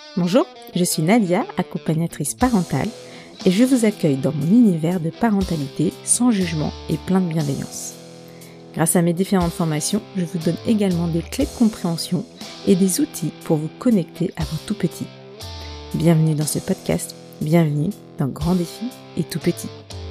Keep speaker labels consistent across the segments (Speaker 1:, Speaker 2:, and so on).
Speaker 1: Bonjour, je suis Nadia, accompagnatrice parentale, et je vous accueille dans mon univers de parentalité sans jugement et plein de bienveillance. Grâce à mes différentes formations, je vous donne également des clés de compréhension et des outils pour vous connecter à vos tout petits. Bienvenue dans ce podcast, bienvenue dans Grands défis et tout petits.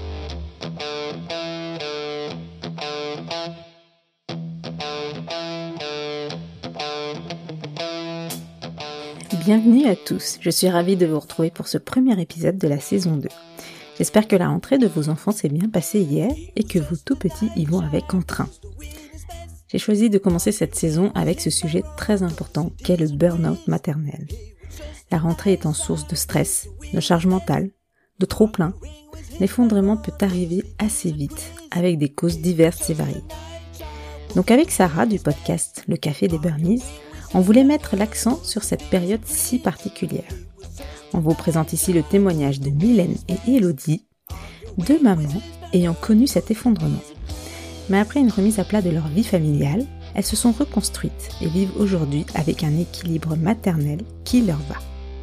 Speaker 1: Bienvenue à tous, je suis ravie de vous retrouver pour ce premier épisode de la saison 2. J'espère que la rentrée de vos enfants s'est bien passée hier et que vos tout petits y vont avec entrain. J'ai choisi de commencer cette saison avec ce sujet très important qu'est le burn-out maternel. La rentrée étant source de stress, de charge mentale, de trop-plein, l'effondrement peut arriver assez vite avec des causes diverses et variées. Donc avec Sarah du podcast Le Café des Burnies, on voulait mettre l'accent sur cette période si particulière. On vous présente ici le témoignage de Mylène et Élodie, deux mamans ayant connu cet effondrement. Mais après une remise à plat de leur vie familiale, elles se sont reconstruites et vivent aujourd'hui avec un équilibre maternel qui leur va.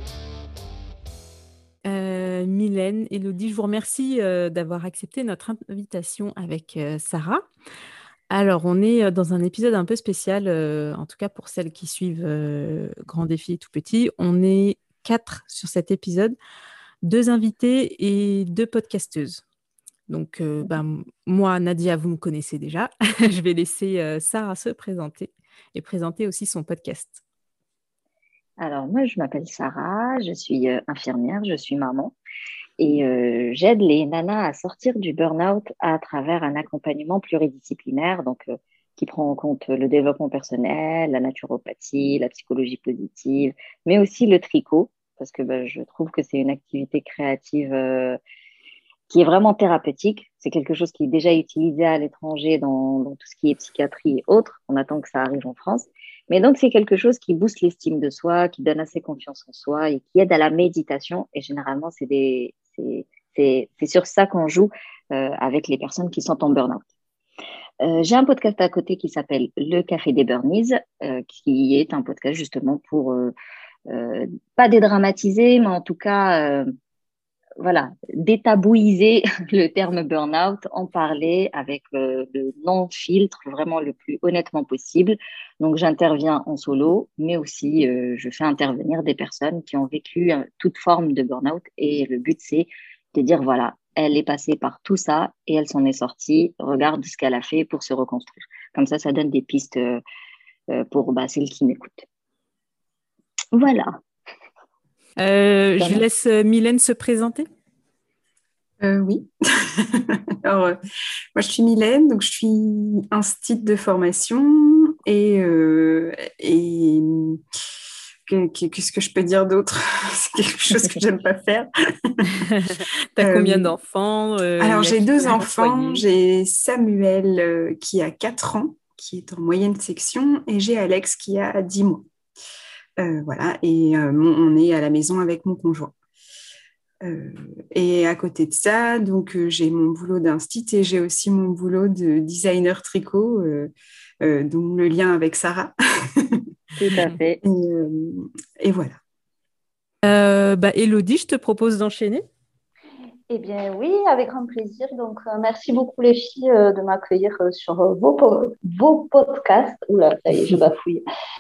Speaker 1: Mylène, Élodie, je vous remercie d'avoir accepté notre invitation avec Sarah. Alors, on est dans un épisode un peu spécial, en tout cas pour celles qui suivent Grand Défi et Tout Petit. On est 4 sur cet épisode, 2 invités et 2 podcasteuses. Donc, moi, Nadia, vous me connaissez déjà. Je vais laisser Sarah se présenter et présenter aussi son podcast.
Speaker 2: Alors, moi, je m'appelle Sarah, je suis infirmière, je suis maman et j'aide les nanas à sortir du burn-out à travers un accompagnement pluridisciplinaire, qui prend en compte le développement personnel, la naturopathie, la psychologie positive, mais aussi le tricot, parce que je trouve que c'est une activité créative qui est vraiment thérapeutique. C'est quelque chose qui est déjà utilisé à l'étranger dans tout ce qui est psychiatrie et autres. On attend que ça arrive en France. Mais donc, c'est quelque chose qui booste l'estime de soi, qui donne assez confiance en soi et qui aide à la méditation. Et généralement, c'est sur ça qu'on joue avec les personnes qui sont en burn-out. J'ai un podcast à côté qui s'appelle Le Café des Burnies, qui est un podcast justement pour pas dédramatiser, mais en tout cas détabouiser le terme burn-out, en parler avec le non-filtre, vraiment le plus honnêtement possible. Donc, j'interviens en solo, mais aussi je fais intervenir des personnes qui ont vécu toute forme de burn-out. Et le but, c'est de dire, voilà, elle est passée par tout ça et elle s'en est sortie. Regarde ce qu'elle a fait pour se reconstruire. Comme ça donne des pistes pour celles qui m'écoutent. Voilà.
Speaker 1: Je laisse Mylène se présenter.
Speaker 3: Oui. Alors, moi, je suis Mylène, donc je suis instit de formation et qu'est-ce que je peux dire d'autre? C'est quelque chose que j'aime pas faire.
Speaker 1: T'as combien d'enfants?
Speaker 3: Alors, j'ai 2 enfants. J'ai Samuel qui a 4 ans, qui est en moyenne section, et j'ai Alex qui a 10 mois. Voilà, et on est à la maison avec mon conjoint. Et à côté de ça, donc j'ai mon boulot d'instit et j'ai aussi mon boulot de designer tricot, dont le lien avec Sarah.
Speaker 2: Tout à fait.
Speaker 3: Et voilà.
Speaker 1: Élodie, je te propose d'enchaîner.
Speaker 4: Eh bien oui, avec grand plaisir. Donc merci beaucoup les filles de m'accueillir sur vos podcasts. Oula, ça y est, je bafouille.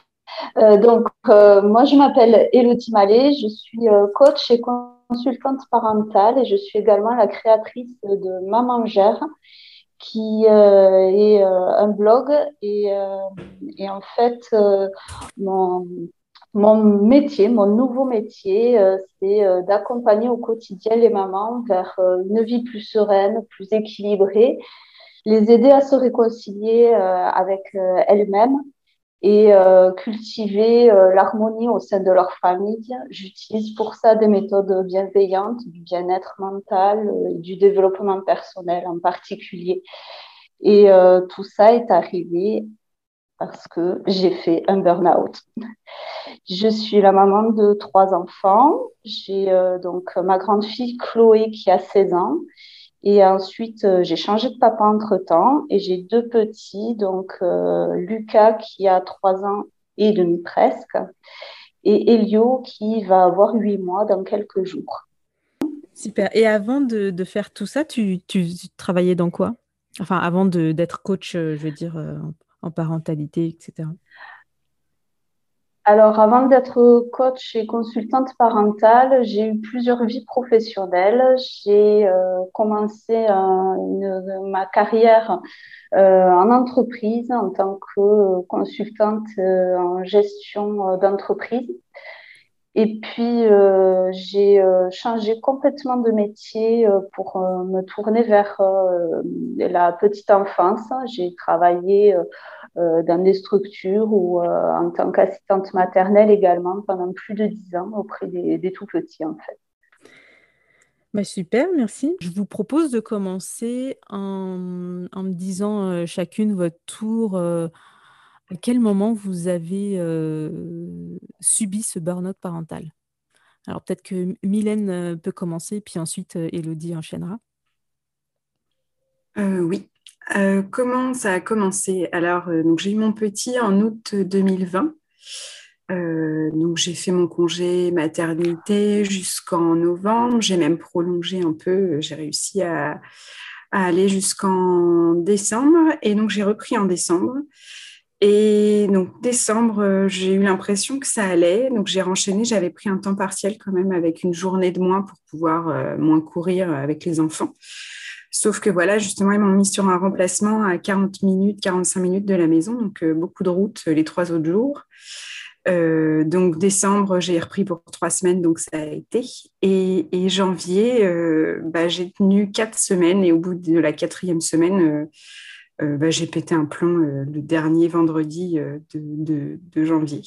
Speaker 4: Moi, je m'appelle Élodie Mallet, je suis coach et consultante parentale et je suis également la créatrice de Maman Gère, qui est un blog et en fait, mon métier, mon nouveau métier, c'est d'accompagner au quotidien les mamans vers une vie plus sereine, plus équilibrée, les aider à se réconcilier avec elles-mêmes et cultiver l'harmonie au sein de leur famille. J'utilise pour ça des méthodes bienveillantes, du bien-être mental, du développement personnel en particulier. Et tout ça est arrivé parce que j'ai fait un burn-out. Je suis la maman de 3 enfants. J'ai donc ma grande fille Chloé qui a 16 ans. Et ensuite, j'ai changé de papa entre-temps et j'ai 2 petits, donc Lucas qui a 3 ans et demi presque et Elio qui va avoir 8 mois dans quelques jours.
Speaker 1: Super. Et avant de faire tout ça, tu travaillais dans quoi? Enfin, avant d'être coach, je veux dire, en parentalité, etc.
Speaker 4: Alors, avant d'être coach et consultante parentale, j'ai eu plusieurs vies professionnelles. J'ai commencé ma carrière en entreprise en tant que consultante en gestion d'entreprise. Et puis, j'ai changé complètement de métier pour me tourner vers la petite enfance. J'ai travaillé dans des structures ou en tant qu'assistante maternelle également pendant plus de 10 ans auprès des tout petits, en fait.
Speaker 1: Bah, super, merci. Je vous propose de commencer en me disant chacune votre tour. À quel moment vous avez subi ce burn-out parental? Alors peut-être que Mylène peut commencer, puis ensuite Élodie enchaînera.
Speaker 3: Oui. Comment ça a commencé? Alors, donc j'ai eu mon petit en août 2020. Donc j'ai fait mon congé maternité jusqu'en novembre. J'ai même prolongé un peu. J'ai réussi à aller jusqu'en décembre. Et donc j'ai repris en décembre. Et donc décembre, j'ai eu l'impression que ça allait. Donc j'ai renchaîné. J'avais pris un temps partiel quand même avec une journée de moins pour pouvoir moins courir avec les enfants. Sauf que voilà, justement, ils m'ont mis sur un remplacement à 40 minutes, 45 minutes de la maison, donc beaucoup de route les 3 autres jours. Donc décembre, j'ai repris pour 3 semaines, donc ça a été. Et janvier, j'ai tenu 4 semaines et au bout de la 4e semaine, j'ai pété un plomb le dernier vendredi de janvier.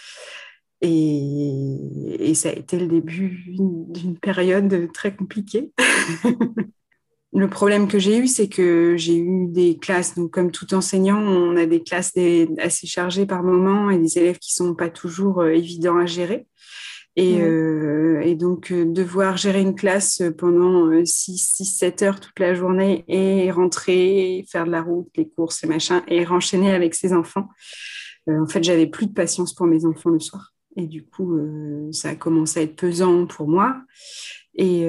Speaker 3: Et ça a été le début d'une période très compliquée. Le problème que j'ai eu, c'est que j'ai eu des classes, donc comme tout enseignant, on a des classes assez chargées par moment et des élèves qui ne sont pas toujours évidents à gérer. Et donc, devoir gérer une classe pendant 6-7 heures toute la journée et rentrer, faire de la route, les courses et machin, et renchaîner avec ses enfants. En fait, j'avais plus de patience pour mes enfants le soir. Et du coup, ça a commencé à être pesant pour moi. Et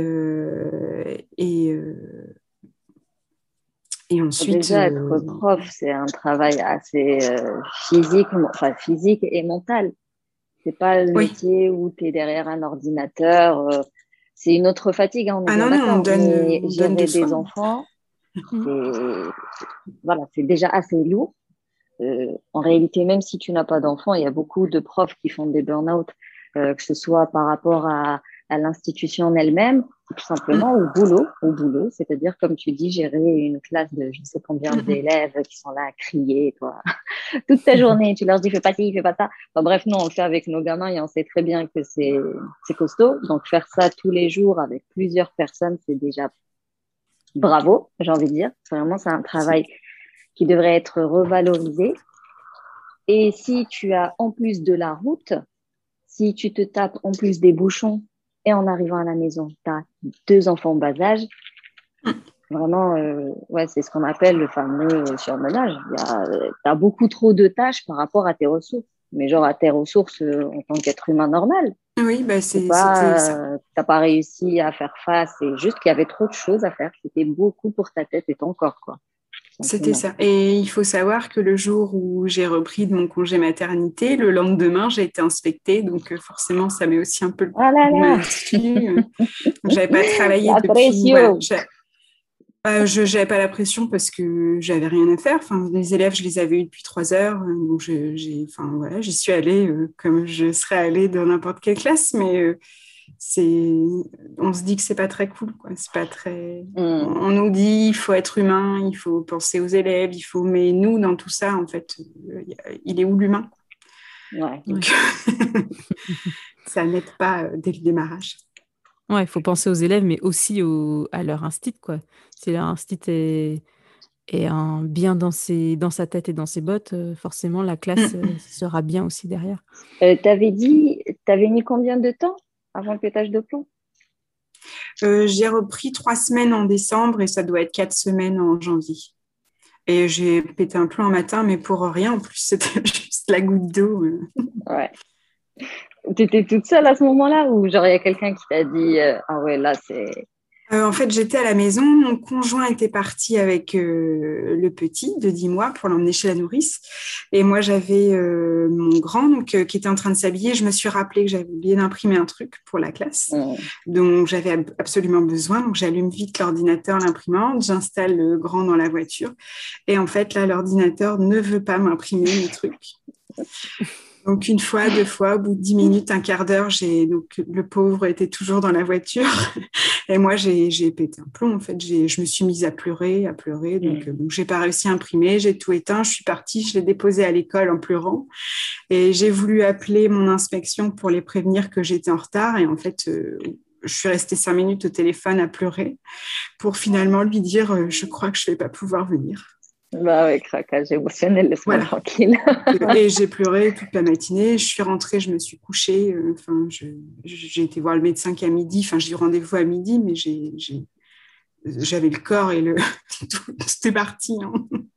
Speaker 3: ensuite.
Speaker 2: Déjà, être prof, c'est un travail assez physique et mental. C'est pas le métier où tu es derrière un ordinateur. C'est une autre fatigue, hein, on est bien d'accord. Mais gérer des enfants, c'est déjà assez lourd. En réalité, même si tu n'as pas d'enfants, il y a beaucoup de profs qui font des burn-out, que ce soit par rapport à l'institution en elle-même, ou tout simplement au boulot. C'est-à-dire, comme tu dis, gérer une classe de je ne sais combien d'élèves qui sont là à crier, toi, toute ta journée. Tu leur dis, fais pas ci, fais pas ça. Enfin, bref, nous, on le fait avec nos gamins et on sait très bien que c'est costaud. Donc, faire ça tous les jours avec plusieurs personnes, c'est déjà bravo, j'ai envie de dire. Vraiment, c'est un travail qui devrait être revalorisé. Et si tu as en plus de la route, si tu te tapes en plus des bouchons et en arrivant à la maison, tu as 2 enfants en bas âge, vraiment, c'est ce qu'on appelle le fameux surmenage. Tu as beaucoup trop de tâches par rapport à tes ressources. Mais genre à tes ressources en tant qu'être humain normal.
Speaker 3: Oui, c'était ça.
Speaker 2: T'as pas réussi à faire face. C'est juste qu'il y avait trop de choses à faire. C'était beaucoup pour ta tête et ton corps, quoi.
Speaker 3: C'était ça. Et il faut savoir que le jour où j'ai repris de mon congé maternité, le lendemain, j'ai été inspectée. Donc, forcément, ça met aussi un peu le coup dessus. J'avais pas travaillé depuis. J'avais pas la pression parce que j'avais rien à faire. Enfin, les élèves, je les avais eus depuis 3 heures. Donc, j'y suis allée comme je serais allée dans n'importe quelle classe. Mais on se dit que c'est pas très cool, quoi. C'est pas très. On nous dit il faut être humain, il faut penser aux élèves, mais nous dans tout ça en fait, il est où l'humain? Donc, ça n'aide pas dès le démarrage.
Speaker 1: Ouais, il faut penser aux élèves, mais aussi à leur instinct, quoi. Si leur instinct est bien dans sa tête et dans ses bottes, forcément la classe sera bien aussi derrière.
Speaker 2: T'avais mis combien de temps avant le pétage de plomb?
Speaker 3: J'ai repris 3 semaines en décembre et ça doit être 4 semaines en janvier. Et j'ai pété un plomb un matin, mais pour rien. En plus, c'était juste la goutte d'eau.
Speaker 2: Ouais. Tu étais toute seule à ce moment-là ou genre il y a quelqu'un qui t'a dit ah ouais, là c'est.
Speaker 3: En fait, j'étais à la maison. Mon conjoint était parti avec le petit de 10 mois pour l'emmener chez la nourrice. Et moi, j'avais mon grand qui était en train de s'habiller. Je me suis rappelé que j'avais oublié d'imprimer un truc pour la classe. Donc, j'avais absolument besoin. Donc, j'allume vite l'ordinateur, l'imprimante. J'installe le grand dans la voiture. Et en fait, là, l'ordinateur ne veut pas m'imprimer mes trucs. Donc, une fois, deux fois, au bout de 10 minutes, un quart d'heure, donc le pauvre était toujours dans la voiture. Et moi, j'ai pété un plomb. En fait, je me suis mise à pleurer. Donc, j'ai pas réussi à imprimer. J'ai tout éteint. Je suis partie. Je l'ai déposé à l'école en pleurant. Et j'ai voulu appeler mon inspection pour les prévenir que j'étais en retard. Et en fait, je suis restée 5 minutes au téléphone à pleurer pour finalement lui dire je crois que je vais pas pouvoir venir.
Speaker 2: Bah ouais, craquage émotionnel, laisse-moi tranquille.
Speaker 3: Et j'ai pleuré toute la matinée. Je suis rentrée, je me suis couchée. J'ai été voir le médecin qu'à midi. Enfin, j'ai eu rendez-vous à midi, mais j'avais le corps et tout est parti. Hein.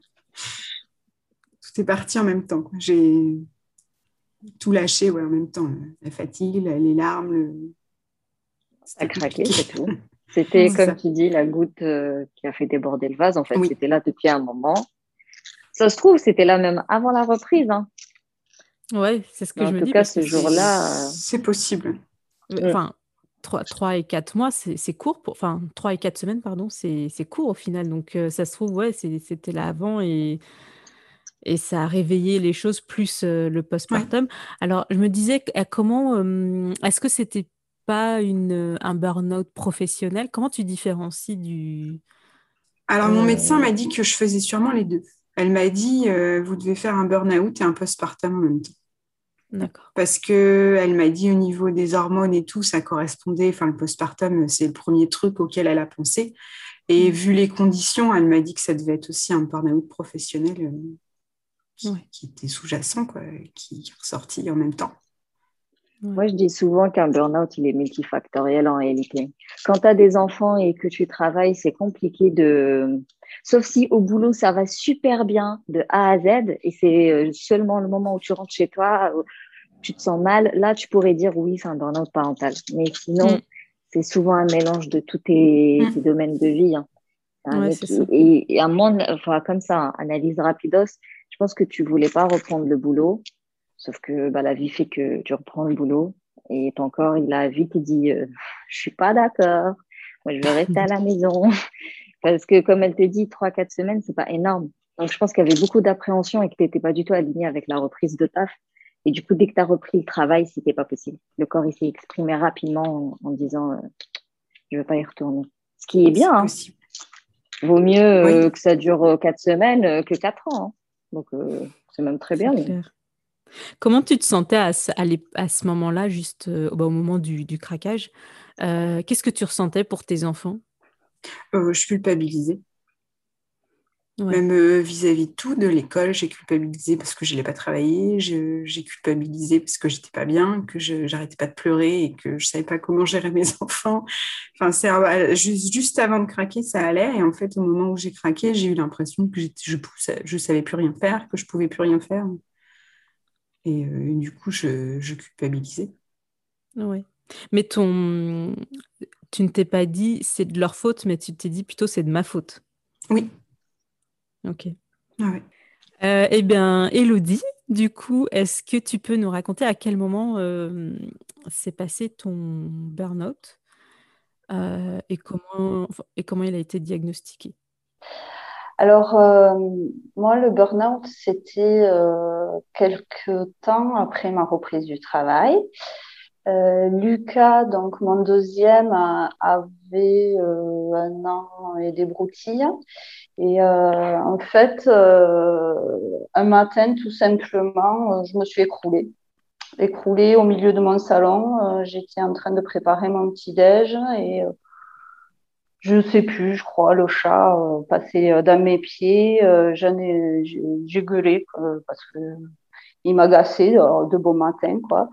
Speaker 3: Tout est parti en même temps. Quoi. J'ai tout lâché en même temps. La fatigue, les larmes.
Speaker 2: Ça a craqué, c'est tout. C'était, comme tu dis, la goutte qui a fait déborder le vase. En fait, c'était là depuis un moment. Ça se trouve, c'était là même avant la reprise. Hein.
Speaker 1: Ouais, c'est ce que je me dis.
Speaker 2: En tout cas, ce jour-là...
Speaker 3: C'est possible.
Speaker 1: Enfin, 3 et 4 mois, c'est court. 3 et 4 semaines, pardon, c'est court au final. Donc, ça se trouve, c'était là avant et ça a réveillé les choses plus le postpartum. Alors, je me disais, comment... est-ce que c'était pas un burn-out professionnel? Comment tu différencies du...
Speaker 3: Alors, mon médecin m'a dit que je faisais sûrement les deux. Elle m'a dit, vous devez faire un burn-out et un postpartum en même temps.
Speaker 1: D'accord.
Speaker 3: Parce qu'elle m'a dit au niveau des hormones et tout, ça correspondait, enfin le postpartum, c'est le premier truc auquel elle a pensé. Et vu les conditions, elle m'a dit que ça devait être aussi un burn-out professionnel qui était sous-jacent, quoi, qui est ressorti en même temps.
Speaker 2: Moi, je dis souvent qu'un burn-out, il est multifactoriel en réalité. Quand tu as des enfants et que tu travailles, c'est compliqué de... Sauf si au boulot, ça va super bien de A à Z et c'est seulement le moment où tu rentres chez toi, tu te sens mal. Là, tu pourrais dire oui, c'est un burn-out parental. Mais sinon, c'est souvent un mélange de tous tes domaines de vie. Hein. Et à mon, enfin, comme ça, analyse rapidos, je pense que tu voulais pas reprendre le boulot. Sauf que la vie fait que tu reprends le boulot et ton corps, il a vite dit je suis pas d'accord, moi je vais rester à la maison. Parce que comme elle te dit, 3-4 semaines, c'est pas énorme. Donc je pense qu'il y avait beaucoup d'appréhension et que tu n'étais pas du tout aligné avec la reprise de taf. Et du coup, dès que tu as repris le travail, c'était pas possible. Le corps, il s'est exprimé rapidement en disant je veux pas y retourner. Ce qui est bien. Hein. Vaut mieux que ça dure 4 semaines que 4 ans. Hein. Donc c'est même très bien.
Speaker 1: Comment tu te sentais à ce moment-là, juste au moment du craquage? Qu'est-ce que tu ressentais pour tes enfants?
Speaker 3: Je culpabilisais. Même vis-à-vis de tout, de l'école, j'ai culpabilisé parce que je n'allais pas travailler, j'ai culpabilisé parce que j'étais pas bien, que j'arrêtais pas de pleurer et que je savais pas comment gérer mes enfants. Enfin, juste avant de craquer, ça allait. Et en fait, au moment où j'ai craqué, j'ai eu l'impression que je savais plus rien faire, que je pouvais plus rien faire. Et du coup, je culpabilisais.
Speaker 1: Oui. Mais tu ne t'es pas dit c'est de leur faute, mais tu t'es dit plutôt c'est de ma faute.
Speaker 3: Oui.
Speaker 1: Ok.
Speaker 3: Ah ouais.
Speaker 1: Eh bien, Élodie, du coup, est-ce que tu peux nous raconter à quel moment s'est passé ton burn-out et comment il a été diagnostiqué?
Speaker 4: Alors, moi, le burn-out, c'était quelques temps après ma reprise du travail. Lucas, donc mon deuxième, avait 1 an et des broutilles. Et en fait, un matin, tout simplement, je me suis écroulée au milieu de mon salon. J'étais en train de préparer mon petit-déj et je ne sais plus, je crois, le chat passait dans mes pieds. J'ai gueulé parce que il m'agaçait de bon matin, quoi.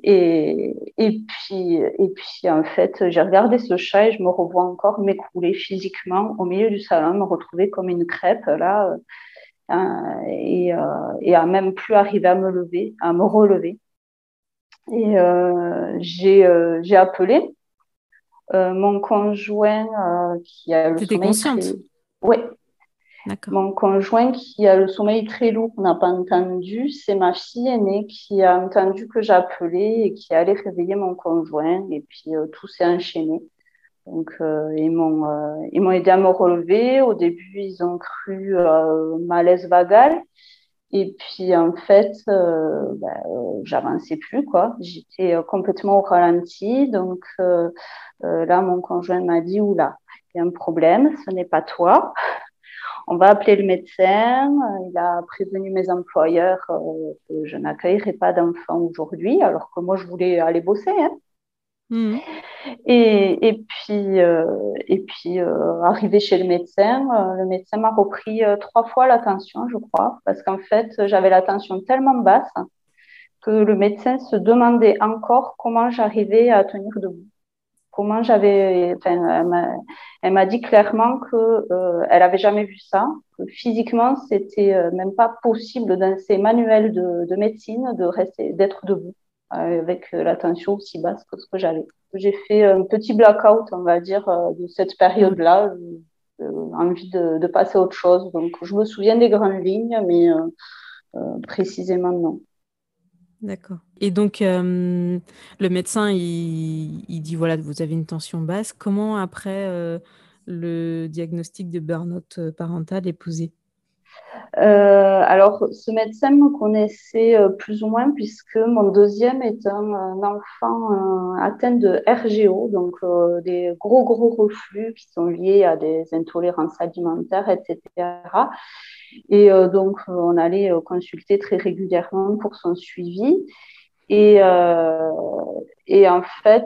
Speaker 4: Et puis, en fait, j'ai regardé ce chat et je me revois encore m'écrouler physiquement au milieu du salon, me retrouver comme une crêpe, là, et à même plus arriver à me relever. Et j'ai appelé mon conjoint qui a le
Speaker 1: T'étais
Speaker 4: sommeil
Speaker 1: consciente?
Speaker 4: très... Oui,
Speaker 1: D'accord.
Speaker 4: mon conjoint qui a le sommeil très lourd n'a pas entendu. C'est ma fille aînée qui a entendu que j'appelais et qui allait réveiller mon conjoint. Et puis, tout s'est enchaîné. Donc, ils m'ont aidé à me relever. Au début, ils ont cru malaise vagal. Et puis, en fait, j'avançais plus, quoi. J'étais complètement au ralenti. Donc, là, mon conjoint m'a dit, oula, il y a un problème, ce n'est pas toi. On va appeler le médecin. Il a prévenu mes employeurs que je n'accueillerai pas d'enfants aujourd'hui, alors que moi, je voulais aller bosser, hein.
Speaker 1: Mhm.
Speaker 4: Arrivé chez le médecin m'a repris 3 fois la tension, je crois, parce qu'en fait, j'avais la tension tellement basse que le médecin se demandait encore comment j'arrivais à tenir debout. Elle m'a dit clairement que elle avait jamais vu ça, que physiquement, c'était même pas possible dans ses manuels de médecine d'être debout avec la tension aussi basse que ce que j'avais. J'ai fait un petit blackout, on va dire, de cette
Speaker 1: Ouais.
Speaker 4: période-là, envie de passer à autre chose. Donc, je me souviens des grandes lignes, mais précisément, non.
Speaker 1: D'accord. Et donc, le médecin, il dit, voilà, vous avez une tension basse. Comment, après, le diagnostic de burn-out parental est posé?
Speaker 4: Alors, ce médecin me connaissait plus ou moins puisque mon deuxième est un enfant atteint de RGO, donc des gros reflux qui sont liés à des intolérances alimentaires, etc. Et donc, on allait consulter très régulièrement pour son suivi. Et, euh, et en fait,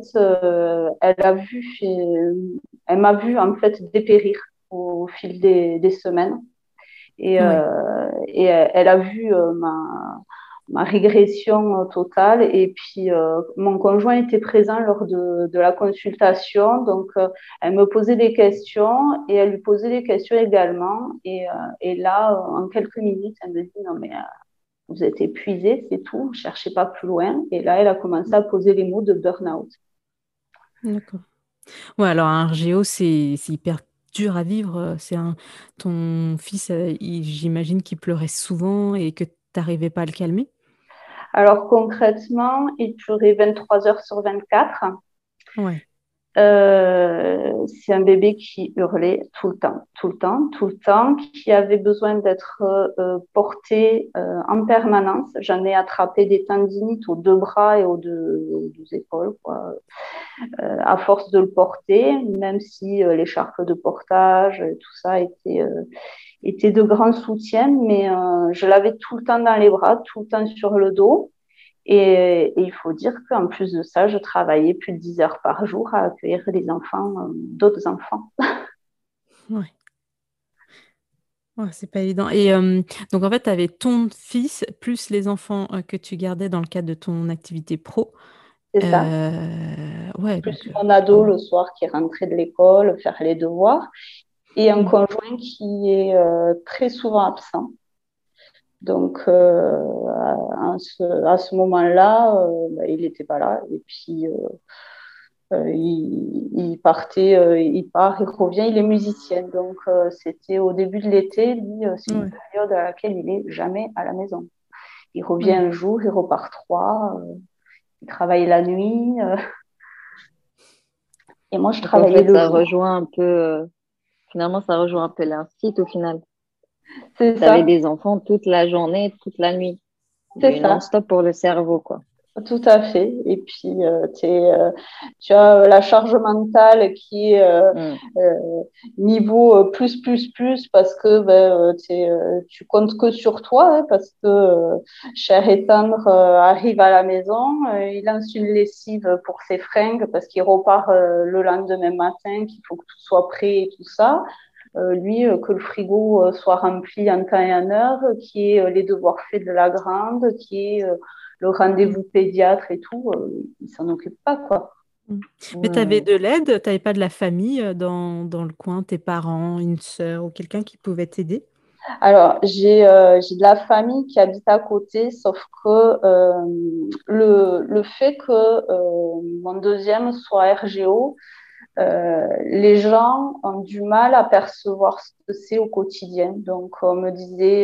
Speaker 4: elle m'a vu en fait dépérir au fil des semaines.
Speaker 1: Oui.
Speaker 4: Et elle a vu ma régression totale. Et puis, mon conjoint était présent lors de la consultation. Donc, elle me posait des questions et elle lui posait des questions également. Et là, en quelques minutes, elle me dit, non, mais vous êtes épuisé, c'est tout, ne cherchez pas plus loin. Et là, elle a commencé à poser les mots de burn-out.
Speaker 1: D'accord. Ouais, alors un RGO, c'est hyper dur à vivre. Ton fils, j'imagine qu'il pleurait souvent et que tu n'arrivais pas à le calmer.
Speaker 4: Alors concrètement, il pleurait 23 heures sur 24.
Speaker 1: Ouais.
Speaker 4: C'est un bébé qui hurlait tout le temps, tout le temps, tout le temps, qui avait besoin d'être porté en permanence. J'en ai attrapé des tendinites aux 2 bras et aux deux épaules, quoi, à force de le porter, même si l'écharpe de portage, tout ça était de grands soutiens, mais je l'avais tout le temps dans les bras, tout le temps sur le dos. Et il faut dire qu'en plus de ça, je travaillais plus de 10 heures par jour à accueillir des enfants, d'autres enfants.
Speaker 1: Ouais. Ouais, c'est pas évident. Et donc, en fait, tu avais ton fils plus les enfants que tu gardais dans le cadre de ton activité pro.
Speaker 4: C'est ça.
Speaker 1: Ouais,
Speaker 4: Plus
Speaker 1: donc.
Speaker 4: mon ado le soir qui rentrait de l'école, faire les devoirs. Et un
Speaker 1: Mm.
Speaker 4: conjoint qui est très souvent absent. Donc, à ce moment-là, il n'était pas là. Et puis, il partait, il part, il revient, il est musicien. Donc, c'était au début de l'été, lui, c'est une
Speaker 1: Ouais.
Speaker 4: période à laquelle il est jamais à la maison. Il revient
Speaker 1: Ouais.
Speaker 4: un jour, il repart 3, il travaille la nuit, et moi, je
Speaker 2: Donc, en
Speaker 4: travaillais
Speaker 2: fait,
Speaker 4: le jour.
Speaker 2: finalement, ça rejoint un peu l'instinct au final.
Speaker 4: C'est
Speaker 2: Tu avais
Speaker 4: ça,
Speaker 2: des enfants toute la journée, toute la nuit.
Speaker 4: c'est
Speaker 2: Du
Speaker 4: ça.
Speaker 2: non-stop pour le cerveau, quoi.
Speaker 4: Tout à fait. Et puis, tu as la charge mentale qui est
Speaker 2: Mm.
Speaker 4: niveau plus, parce que tu comptes que sur toi, hein, parce que cher et tendre arrive à la maison, il lance une lessive pour ses fringues parce qu'il repart le lendemain matin, qu'il faut que tout soit prêt et tout ça. Lui, que le frigo soit rempli en temps et en heure, qui est les devoirs faits de la grande, qui est le
Speaker 1: Mm.
Speaker 4: rendez-vous pédiatre et tout, il s'en occupe pas, quoi.
Speaker 1: Mm. Mais tu avais
Speaker 2: Ouais.
Speaker 1: de l'aide, tu n'avais pas de la famille dans le coin, tes parents, une sœur ou quelqu'un qui pouvait t'aider?
Speaker 4: Alors, j'ai de la famille qui habite à côté, sauf que le fait que mon deuxième soit RGO, les gens ont du mal à percevoir ce que c'est au quotidien. Donc, on me disait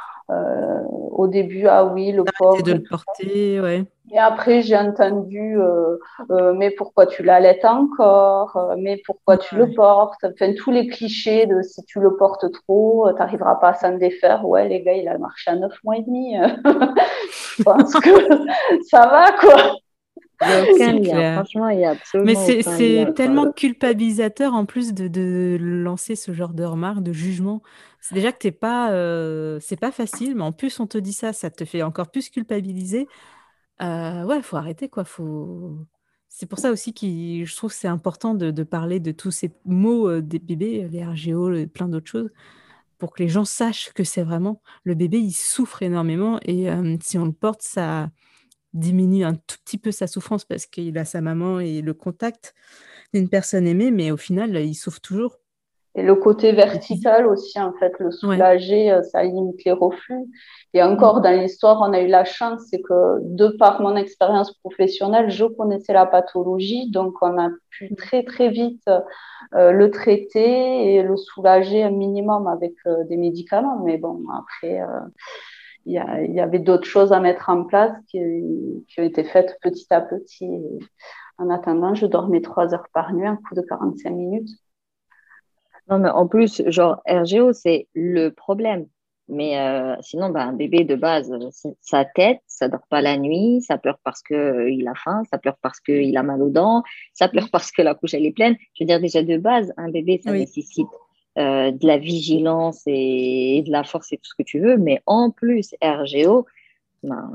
Speaker 4: au début, ah oui, le
Speaker 1: Arrêter
Speaker 4: pauvre
Speaker 1: de
Speaker 4: et
Speaker 1: le
Speaker 4: tout ça.
Speaker 1: porter, ouais.
Speaker 4: Et après, j'ai entendu, mais pourquoi tu l'allaites encore? Mais pourquoi tu le
Speaker 1: Ouais.
Speaker 4: portes? Enfin, tous les clichés de si tu le portes trop, tu n'arriveras pas à s'en défaire. Ouais, les gars, il a marché à 9 mois et demi. Je pense que ça va, quoi.
Speaker 2: Il n'y a aucun
Speaker 1: C'est
Speaker 2: lien.
Speaker 1: clair.
Speaker 2: Franchement, il n'y a
Speaker 1: Mais
Speaker 2: absolument
Speaker 1: c'est
Speaker 2: aucun lien,
Speaker 1: c'est
Speaker 2: quoi.
Speaker 1: tellement culpabilisateur en plus de lancer ce genre de remarques, de jugement. C'est déjà que c'est pas facile, mais en plus on te dit ça, ça te fait encore plus culpabiliser. Ouais, faut arrêter quoi. C'est pour ça aussi que je trouve que c'est important de parler de tous ces mots des bébés, les RGO, plein d'autres choses, pour que les gens sachent que c'est vraiment le bébé, il souffre énormément et si on le porte, ça diminue un tout petit peu sa souffrance parce qu'il a sa maman et le contact d'une personne aimée, mais au final, il souffre toujours.
Speaker 4: Et le côté
Speaker 1: C'est physique.
Speaker 4: vertical aussi, en fait, le
Speaker 1: Ouais.
Speaker 4: soulager, ça limite les reflux. Et
Speaker 1: Mm.
Speaker 4: encore, dans l'histoire, on a eu la chance, c'est que de par mon expérience professionnelle, je connaissais la pathologie, donc on a pu très, très vite le traiter et le soulager un minimum avec des médicaments. Mais bon, après, il y avait d'autres choses à mettre en place qui ont été faites petit à petit. Et en attendant, je dormais 3 heures par nuit, un coup de 45 minutes.
Speaker 2: Non, mais en plus, genre, RGO, c'est le problème. Mais sinon, bah, un bébé de base, sa tête, ça dort pas la nuit, ça pleure parce que il a faim, ça pleure parce qu'il a mal aux dents, ça pleure parce que la couche, elle est pleine. Je veux dire, déjà de base, un bébé, ça
Speaker 1: Oui.
Speaker 2: nécessite de la vigilance et de la force et tout ce que tu veux. Mais en plus, RGO, ben,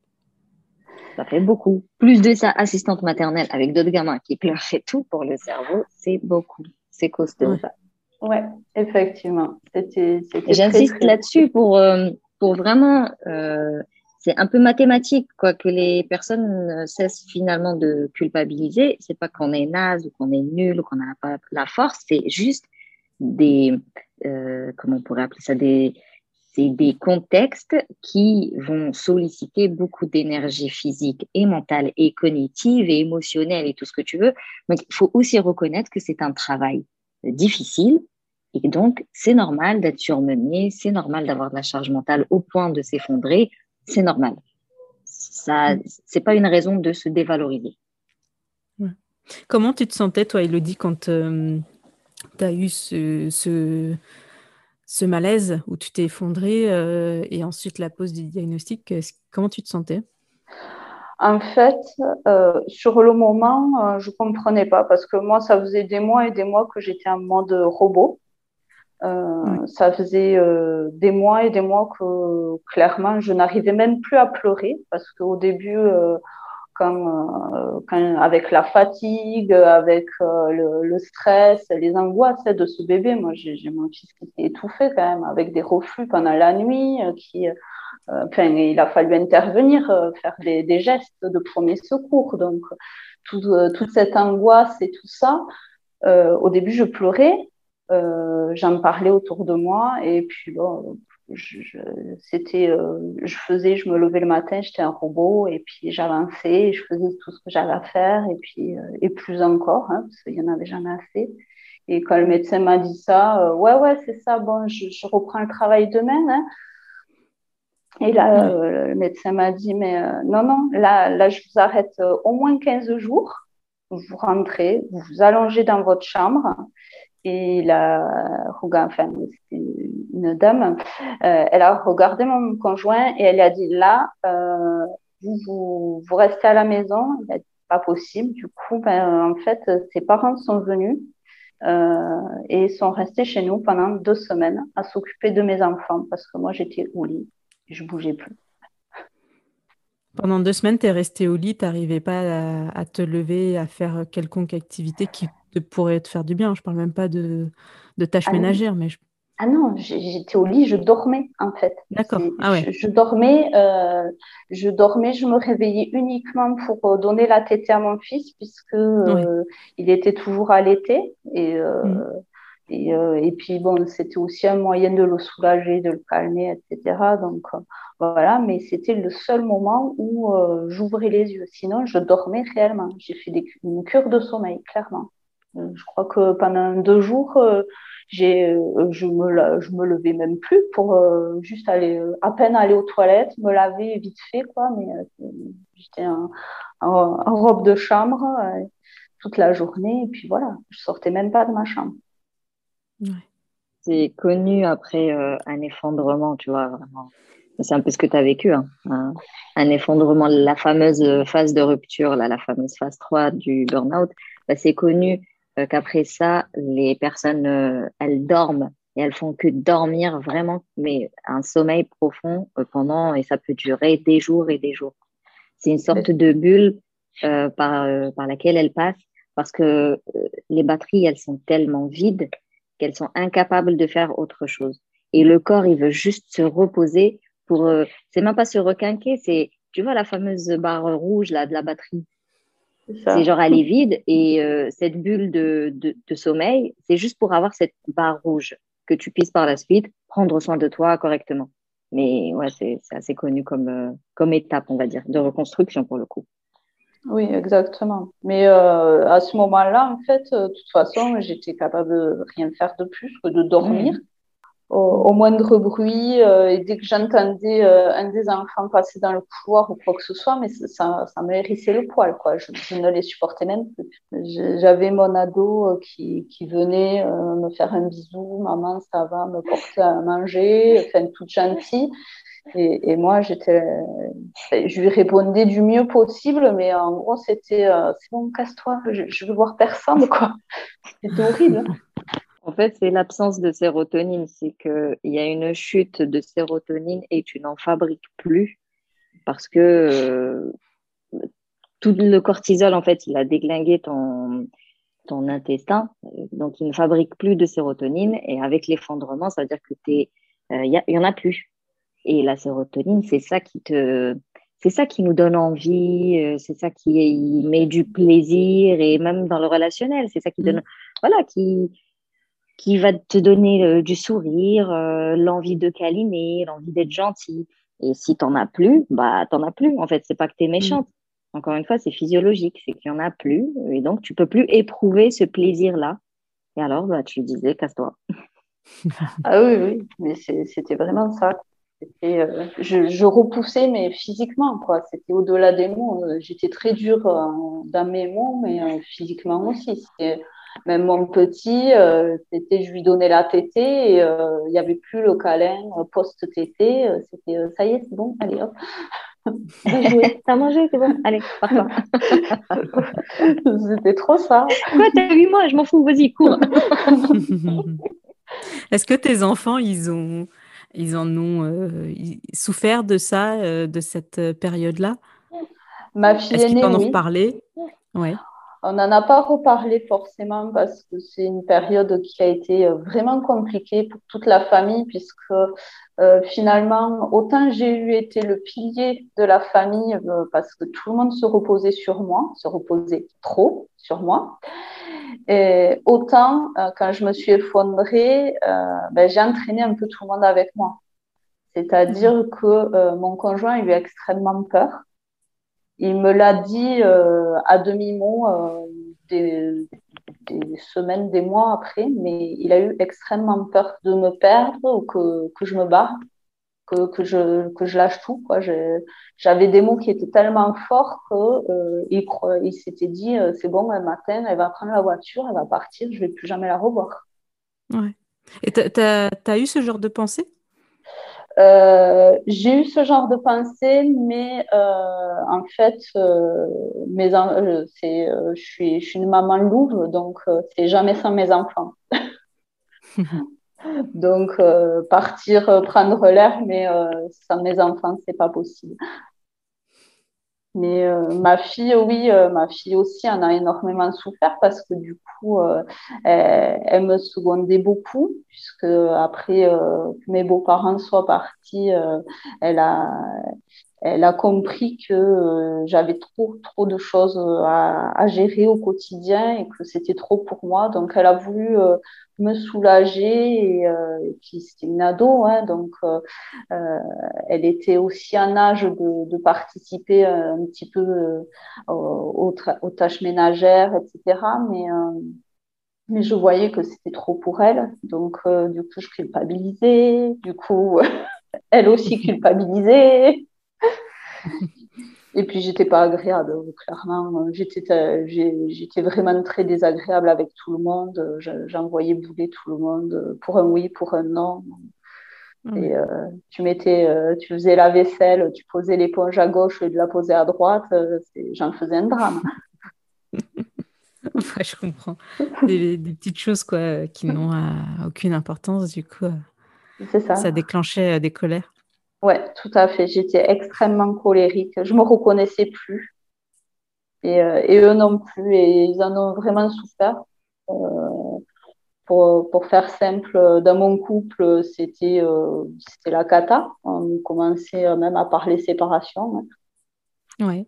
Speaker 2: ça fait beaucoup. Plus de ça, assistante maternelle avec d'autres gamins qui pleurent et tout pour le cerveau, c'est beaucoup. C'est costaud.
Speaker 1: Ouais.
Speaker 4: Ouais, effectivement. C'était très,
Speaker 2: J'insiste
Speaker 4: très lourd.
Speaker 2: là-dessus pour vraiment, c'est un peu mathématique, quoi, que les personnes cessent finalement de culpabiliser. C'est pas qu'on est naze ou qu'on est nul ou qu'on n'a pas la force, c'est juste des, comment on pourrait appeler ça, c'est des contextes qui vont solliciter beaucoup d'énergie physique et mentale et cognitive et émotionnelle et tout ce que tu veux. Donc, il faut aussi reconnaître que c'est un travail difficile et donc c'est normal d'être surmené, c'est normal d'avoir de la charge mentale au point de s'effondrer, c'est normal. Ça, c'est pas une raison de se dévaloriser.
Speaker 1: Ouais. Comment tu te sentais, toi, Elodie, quand tu as eu ce malaise où tu t'es effondrée et ensuite la pose du diagnostic, comment tu te sentais?
Speaker 4: En fait, sur le moment, je comprenais pas parce que moi, ça faisait des mois et des mois que j'étais en mode robot.
Speaker 1: Oui.
Speaker 4: Ça faisait des mois et des mois que clairement, je n'arrivais même plus à pleurer parce qu'au début, avec la fatigue, avec le stress, les angoisses de ce bébé, moi, j'ai mon fils qui s'est étouffé quand même avec des reflux pendant la nuit, il a fallu intervenir, faire des gestes de premier secours. Donc, toute cette angoisse et tout ça, au début, je pleurais, j'en parlais autour de moi, et puis bon, je me levais le matin, j'étais un robot, et puis j'avançais, je faisais tout ce que j'avais à faire, et puis et plus encore, hein, parce qu'il n'y en avait jamais assez. Et quand le médecin m'a dit ça, ouais, c'est ça, bon, je reprends le travail demain, hein. Et là,
Speaker 1: Ouais.
Speaker 4: le médecin m'a dit, mais non, là, je vous arrête au moins 15 jours. Vous rentrez, vous vous allongez dans votre chambre. Et enfin, c'était une dame, elle a regardé mon conjoint et elle a dit, là, vous restez à la maison. Il a dit, pas possible. Du coup, en fait, ses parents sont venus et sont restés chez nous pendant 2 semaines à s'occuper de mes enfants parce que moi, j'étais au lit. Je bougeais plus.
Speaker 1: Pendant 2 semaines, tu es restée au lit, tu n'arrivais pas à te lever, à faire quelconque activité qui pourrait te faire du bien. Je parle même pas de tâches
Speaker 4: Ah non,
Speaker 1: ménagères, mais
Speaker 4: ah non, j'étais au lit, je dormais en fait.
Speaker 1: d'accord. Ah ouais.
Speaker 4: Je dormais, je me réveillais uniquement pour donner la tétée à mon fils puisque
Speaker 1: Ouais.
Speaker 4: il était toujours allaité et
Speaker 1: Mhm.
Speaker 4: Et puis, bon, c'était aussi un moyen de le soulager, de le calmer, etc. Donc, voilà, mais c'était le seul moment où j'ouvrais les yeux. Sinon, je dormais réellement. J'ai fait une cure de sommeil, clairement. Je crois que pendant 2 jours, je me levais même plus pour juste aller, à peine aller aux toilettes, me laver vite fait, quoi. Mais j'étais en robe de chambre toute la journée. Et puis voilà, je sortais même pas de ma chambre.
Speaker 1: Ouais.
Speaker 2: C'est connu après un effondrement, tu vois, vraiment. C'est un peu ce que tu as vécu, hein. Un effondrement, la fameuse phase de rupture, là, la fameuse phase 3 du burn-out. Bah, c'est connu qu'après ça, les personnes, elles dorment et elles font que dormir vraiment, mais un sommeil profond et ça peut durer des jours et des jours. C'est une sorte de bulle par laquelle elles passent parce que les batteries, elles sont tellement vides qu'elles sont incapables de faire autre chose. Et le corps, il veut juste se reposer pour, c'est même pas se requinquer, c'est, tu vois, la fameuse barre rouge, là, de la batterie. C'est genre, elle est vide et cette bulle de sommeil, c'est juste pour avoir cette barre rouge que tu puisses par la suite prendre soin de toi correctement. Mais ouais, c'est assez connu comme étape, on va dire, de reconstruction pour le coup.
Speaker 4: Oui, exactement. Mais à ce moment-là, en fait, de toute façon, j'étais capable de rien faire de plus que de dormir au moindre bruit. Et dès que j'entendais un des enfants passer dans le couloir ou quoi que ce soit, mais ça me hérissait le poil, quoi. Je ne les supportais même plus. J'avais mon ado qui venait me faire un bisou, maman, ça va, me porter à manger, enfin, toute gentille. Et moi, je lui répondais du mieux possible, mais en gros, c'était c'est bon, casse-toi, je veux voir personne, quoi. C'était horrible.
Speaker 2: En fait, c'est l'absence de sérotonine. C'est qu'il y a une chute de sérotonine et tu n'en fabriques plus parce que tout le cortisol, en fait, il a déglingué ton intestin. Donc, il ne fabrique plus de sérotonine. Et avec l'effondrement, ça veut dire que il y en a plus. Et la sérotonine, c'est ça qui nous donne envie, c'est ça qui met du plaisir et même dans le relationnel, c'est ça qui donne, voilà, qui va te donner du sourire, l'envie de câliner, l'envie d'être gentil. Et si t'en as plus, bah t'en as plus. En fait, c'est pas que t'es méchante. Encore une fois, c'est physiologique, c'est qu'il y en a plus, et donc tu peux plus éprouver ce plaisir-là. Et alors, bah tu disais, casse-toi.
Speaker 4: Ah oui, oui, mais c'était vraiment ça. Je repoussais, mais physiquement, quoi. C'était au-delà des mots. J'étais très dure dans mes mots, mais physiquement aussi. Même mon petit, je lui donnais la tétée et il n'y avait plus le câlin post-tétée. C'était ça y est, c'est bon, allez hop, va jouer.
Speaker 2: T'as mangé, c'est bon, allez, pars-toi.
Speaker 4: C'était trop ça.
Speaker 2: Quoi, t'as 8 mois, je m'en fous, vas-y, cours.
Speaker 1: Est-ce que tes enfants, ils en ont souffert de ça, de cette période-là?
Speaker 4: Ma fille
Speaker 1: Est-ce qu'ils
Speaker 4: aînée,
Speaker 1: t'en ont
Speaker 4: oui.
Speaker 1: reparlé? Ouais.
Speaker 4: On n'en a pas reparlé forcément parce que c'est une période qui a été vraiment compliquée pour toute la famille puisque finalement, autant j'ai eu été le pilier de la famille parce que tout le monde se reposait sur moi, se reposait trop sur moi. Et autant, quand je me suis effondrée, j'ai entraîné un peu tout le monde avec moi. C'est-à-dire que mon conjoint a eu extrêmement peur. Il me l'a dit à demi-mot des semaines, des mois après, mais il a eu extrêmement peur de me perdre ou que je me barre, que je lâche tout, quoi. J'avais des mots qui étaient tellement forts il s'était dit c'est bon, un matin, elle va prendre la voiture, elle va partir, je ne vais plus jamais la revoir.
Speaker 1: Ouais. Et t'as eu ce genre de pensée?
Speaker 4: J'ai eu ce genre de pensée, mais en fait, je suis une maman louve, donc c'est jamais sans mes enfants. Donc partir prendre l'air, mais sans mes enfants, c'est pas possible. Mais ma fille, oui, ma fille aussi en a énormément souffert parce que du coup, elle me secondait beaucoup, puisque après que mes beaux-parents soient partis, elle a, elle a compris que j'avais trop de choses à gérer au quotidien et que c'était trop pour moi. Donc, elle a voulu me soulager. Et puis, c'était une ado, hein, donc elle était aussi en âge de participer un petit peu aux tâches ménagères, etc. Mais je voyais que c'était trop pour elle. Donc, du coup, je culpabilisais. Du coup, elle aussi culpabilisait. Et puis, j'étais pas agréable, clairement. J'étais vraiment très désagréable avec tout le monde. J'envoyais bouler tout le monde pour un oui, pour un non. Et tu faisais la vaisselle, tu posais l'éponge à gauche et de la poser à droite. J'en faisais un drame.
Speaker 1: Ouais, je comprends. Des petites choses quoi, qui n'ont aucune importance, du coup,
Speaker 4: C'est ça.
Speaker 1: ça déclenchait des colères.
Speaker 4: Ouais, tout à fait. J'étais extrêmement colérique. Je me reconnaissais plus. Et eux non plus. Et ils en ont vraiment souffert. Pour faire simple, dans mon couple, c'était la cata. On commençait même à parler séparation, hein.
Speaker 1: Ouais.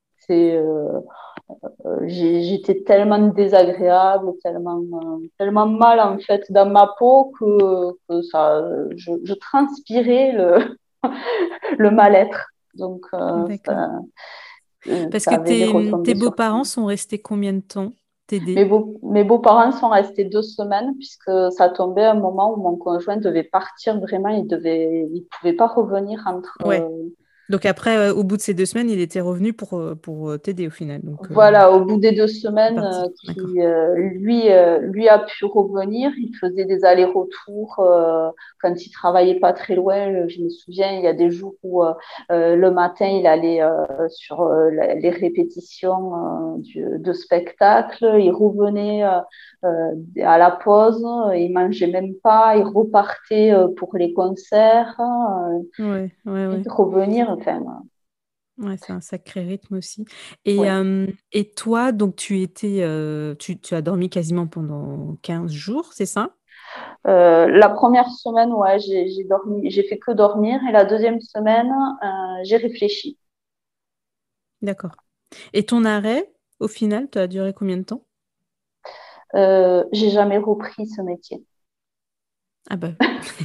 Speaker 4: J'étais tellement désagréable, tellement mal en fait dans ma peau que je transpirais le mal-être. Donc,
Speaker 1: D'accord. Parce
Speaker 4: ça
Speaker 1: que
Speaker 4: avait des
Speaker 1: tes
Speaker 4: retombées sur
Speaker 1: beaux-parents
Speaker 4: tout.
Speaker 1: sont restés combien de temps t'aider?
Speaker 4: Mes beaux-parents sont restés 2 semaines puisque ça tombait à un moment où mon conjoint devait partir vraiment, il pouvait pas revenir entre.
Speaker 1: Ouais. Donc après, au bout de ces 2 semaines, il était revenu pour t'aider au final. Donc,
Speaker 4: Voilà, au bout des 2 semaines,
Speaker 1: parti. D'accord.
Speaker 4: lui a pu revenir. Il faisait des allers-retours quand il travaillait pas très loin. Je me souviens, il y a des jours où le matin, il allait sur les répétitions de spectacle. Il revenait à la pause. Il mangeait même pas. Il repartait pour les concerts.
Speaker 1: Ouais, ouais,
Speaker 4: Puis
Speaker 1: ouais.
Speaker 4: de revenir. Enfin,
Speaker 1: Ouais, c'est un sacré rythme aussi. Et,
Speaker 4: ouais.
Speaker 1: euh, et toi, donc tu as dormi quasiment pendant 15 jours, c'est ça?
Speaker 4: La première semaine, ouais, j'ai dormi, j'ai fait que dormir. Et la deuxième semaine, j'ai réfléchi.
Speaker 1: D'accord. Et ton arrêt, au final, tu as duré combien de temps?
Speaker 4: J'ai jamais repris ce métier.
Speaker 1: Ah bah,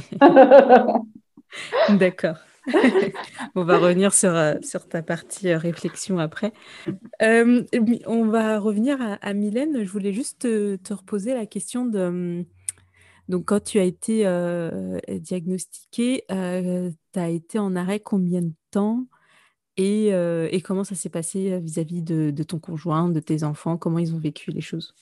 Speaker 1: d'accord. On va revenir sur ta partie réflexion après. On va revenir à Mylène. Je voulais juste te reposer la question de... Donc, quand tu as été diagnostiquée, tu as été en arrêt combien de temps et comment ça s'est passé vis-à-vis de ton conjoint, de tes enfants? Comment ils ont vécu les choses?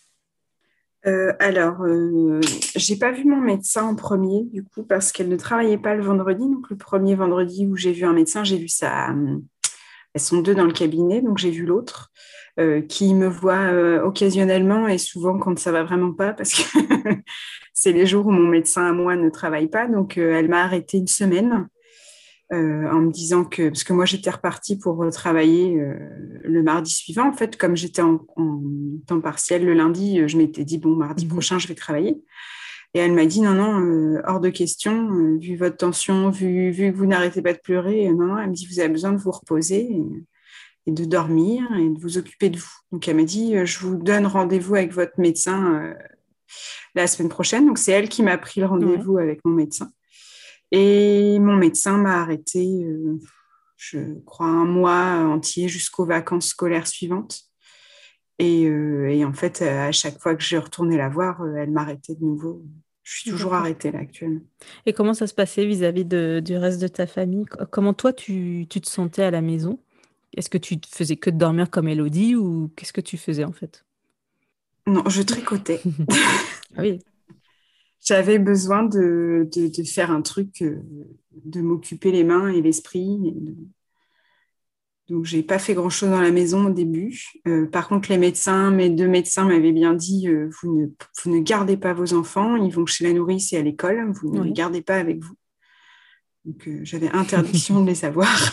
Speaker 3: Alors, j'ai pas vu mon médecin en premier, du coup, parce qu'elle ne travaillait pas le vendredi. Donc, le premier vendredi où j'ai vu un médecin, j'ai vu ça. Elles sont deux dans le cabinet, donc j'ai vu l'autre qui me voit occasionnellement et souvent quand ça va vraiment pas, parce que c'est les jours où mon médecin à moi ne travaille pas. Donc, elle m'a arrêté une semaine en me disant que, parce que moi j'étais repartie pour travailler le mardi suivant, en fait, comme j'étais en temps partiel le lundi, je m'étais dit, bon, mardi
Speaker 1: Mhm.
Speaker 3: prochain, je vais travailler. Et elle m'a dit, non, non, hors de question, vu votre tension, vu que vous n'arrêtez pas de pleurer, non, non, elle me dit, vous avez besoin de vous reposer et de dormir et de vous occuper de vous. Donc, elle m'a dit, je vous donne rendez-vous avec votre médecin la semaine prochaine. Donc, c'est elle qui m'a pris le
Speaker 1: Ouais.
Speaker 3: rendez-vous avec mon médecin. Et mon médecin m'a arrêté, je crois, un mois entier jusqu'aux vacances scolaires suivantes. Et en fait, à chaque fois que j'ai retourné la voir, elle m'arrêtait de nouveau. Je suis toujours
Speaker 1: D'accord.
Speaker 3: arrêtée là actuellement.
Speaker 1: Et comment ça se passait vis-à-vis du reste de ta famille? Comment toi, tu te sentais à la maison? Est-ce que tu faisais que de dormir comme Elodie ou qu'est-ce que tu faisais en fait?
Speaker 3: Non, je tricotais.
Speaker 1: Ah oui.
Speaker 3: J'avais besoin de faire un truc, de m'occuper les mains et l'esprit. Donc, j'ai pas fait grand-chose dans la maison au début. Par contre, mes deux médecins m'avaient bien dit, vous ne gardez pas vos enfants, ils vont chez la nourrice et à l'école, vous ne les
Speaker 1: Ouais.
Speaker 3: gardez pas avec vous. Donc, j'avais interdiction de les avoir.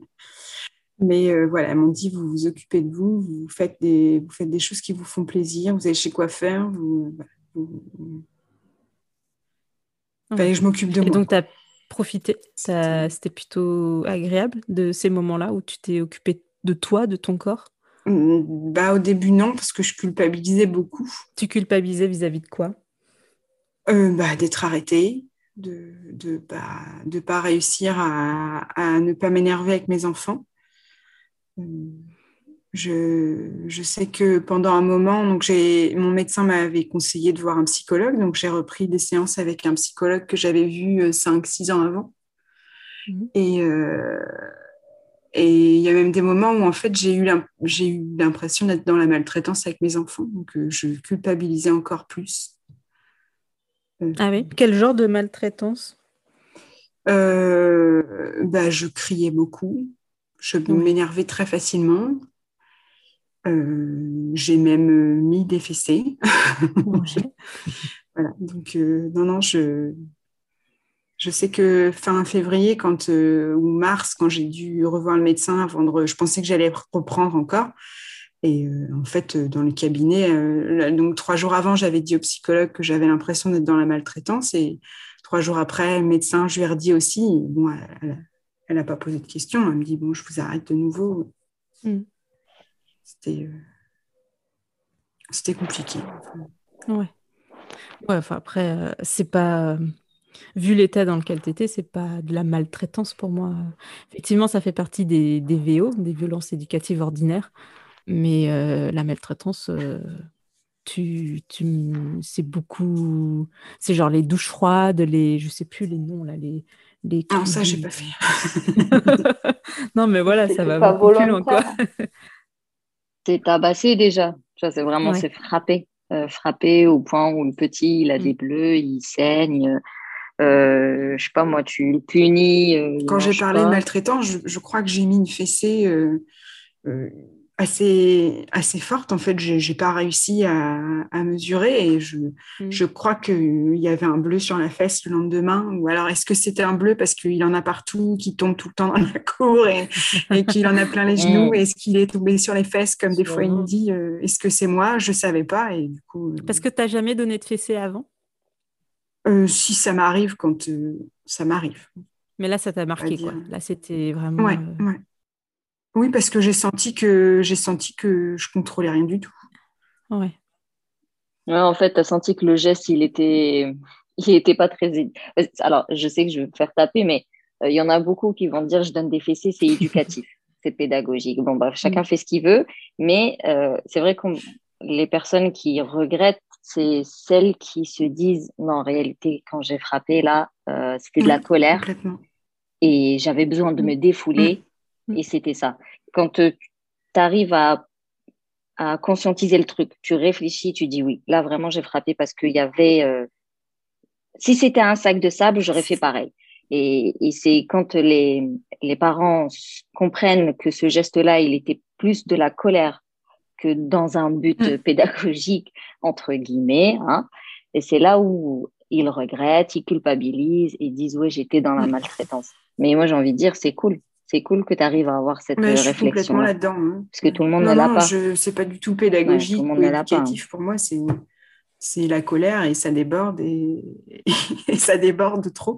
Speaker 3: Mais voilà, elles m'ont dit, vous vous occupez de vous, vous faites des choses qui vous font plaisir, vous allez chez coiffeur, voilà, fallait
Speaker 1: Ouais.
Speaker 3: que je m'occupe de
Speaker 1: Et
Speaker 3: moi,
Speaker 1: donc,
Speaker 3: quoi.
Speaker 1: profité? C'était plutôt agréable de ces moments-là où tu t'es occupée de toi, de ton corps?
Speaker 3: Au début, non, parce que je culpabilisais beaucoup.
Speaker 1: Tu culpabilisais vis-à-vis de quoi?
Speaker 3: D'être arrêtée, de pas réussir à ne pas m'énerver avec mes enfants. Je sais que pendant un moment, donc mon médecin m'avait conseillé de voir un psychologue, donc j'ai repris des séances avec un psychologue que j'avais vu 5-6 ans avant.
Speaker 1: Mmh.
Speaker 3: Et il y a même des moments où en fait j'ai eu l'impression d'être dans la maltraitance avec mes enfants, donc je culpabilisais encore plus.
Speaker 1: Ah oui? Quel genre de maltraitance?
Speaker 3: Je criais beaucoup, je m'énervais très facilement. J'ai même mis des fessées.
Speaker 1: Ouais.
Speaker 3: Voilà, donc non, je sais que fin février ou mars, quand j'ai dû revoir le médecin je pensais que j'allais reprendre encore. Et en fait, dans le cabinet, donc 3 jours avant, j'avais dit au psychologue que j'avais l'impression d'être dans la maltraitance. Et 3 jours après, le médecin, je lui ai redit aussi. Bon, elle n'a pas posé de questions. Elle me dit, bon, je vous arrête de nouveau. C'était compliqué.
Speaker 1: Ouais. Ouais, enfin après, c'est pas... vu l'état dans lequel tu étais, c'est pas de la maltraitance pour moi. Effectivement, ça fait partie des VO, des violences éducatives ordinaires. Mais la maltraitance, c'est beaucoup... C'est genre les douches froides, je sais plus les noms, là, les
Speaker 3: Non,
Speaker 1: coups
Speaker 3: ça,
Speaker 1: de...
Speaker 3: j'ai pas fait.
Speaker 1: Non, mais voilà, ça va
Speaker 4: pas
Speaker 1: beaucoup plus loin, quoi.
Speaker 2: C'est tabassé déjà. Ça, c'est vraiment,
Speaker 1: Ouais.
Speaker 2: c'est frappé. Frappé au point où le petit, il a des bleus, il saigne. Je sais pas, moi, tu le punis, il
Speaker 3: Quand j'ai
Speaker 2: mange
Speaker 3: parlé de
Speaker 2: pas.
Speaker 3: maltraitance, je crois que j'ai mis une fessée assez forte. En fait, j'ai pas réussi à mesurer et je crois qu'il y avait un bleu sur la fesse le lendemain. Ou alors, est-ce que c'était un bleu parce qu'il en a partout, qu'il tombe tout le temps dans la cour et qu'il en a plein les genoux? Est-ce qu'il est tombé sur les fesses comme des fois il me dit est-ce que c'est moi? Je savais pas et du coup.
Speaker 1: Parce que t'as jamais donné de fessée avant?
Speaker 3: Si ça m'arrive quand ça m'arrive.
Speaker 1: Mais là, ça t'a marqué, quoi. Là, c'était vraiment...
Speaker 3: Ouais. Oui, parce que j'ai senti que je contrôlais rien du tout.
Speaker 1: Ouais.
Speaker 2: Ouais, en fait, tu as senti que le geste, il était pas très... Alors, je sais que je vais me faire taper, mais il y en a beaucoup qui vont dire, je donne des fessées, c'est éducatif, c'est pédagogique. Bon, chacun fait ce qu'il veut, mais c'est vrai que les personnes qui regrettent, c'est celles qui se disent, non, en réalité, quand j'ai frappé, là, c'était de la colère.
Speaker 3: Complètement.
Speaker 2: Et j'avais besoin de me défouler, et c'était ça. Quand tu arrives à conscientiser le truc, tu réfléchis, tu dis oui, là vraiment j'ai frappé parce qu'il y avait... Si c'était un sac de sable, j'aurais fait pareil. Et c'est quand les parents comprennent que ce geste-là, il était plus de la colère que dans un but pédagogique, entre guillemets, hein, et c'est là où ils regrettent, ils culpabilisent et disent ouais, j'étais dans la maltraitance. Mais moi j'ai envie de dire c'est cool. C'est cool que tu arrives à avoir cette réflexion.
Speaker 3: Je suis complètement là-dedans.
Speaker 2: Parce que tout le monde ne l'a pas.
Speaker 3: C'est pas du tout pédagogique ou éducatif pour moi. C'est la colère et ça déborde et ça déborde trop.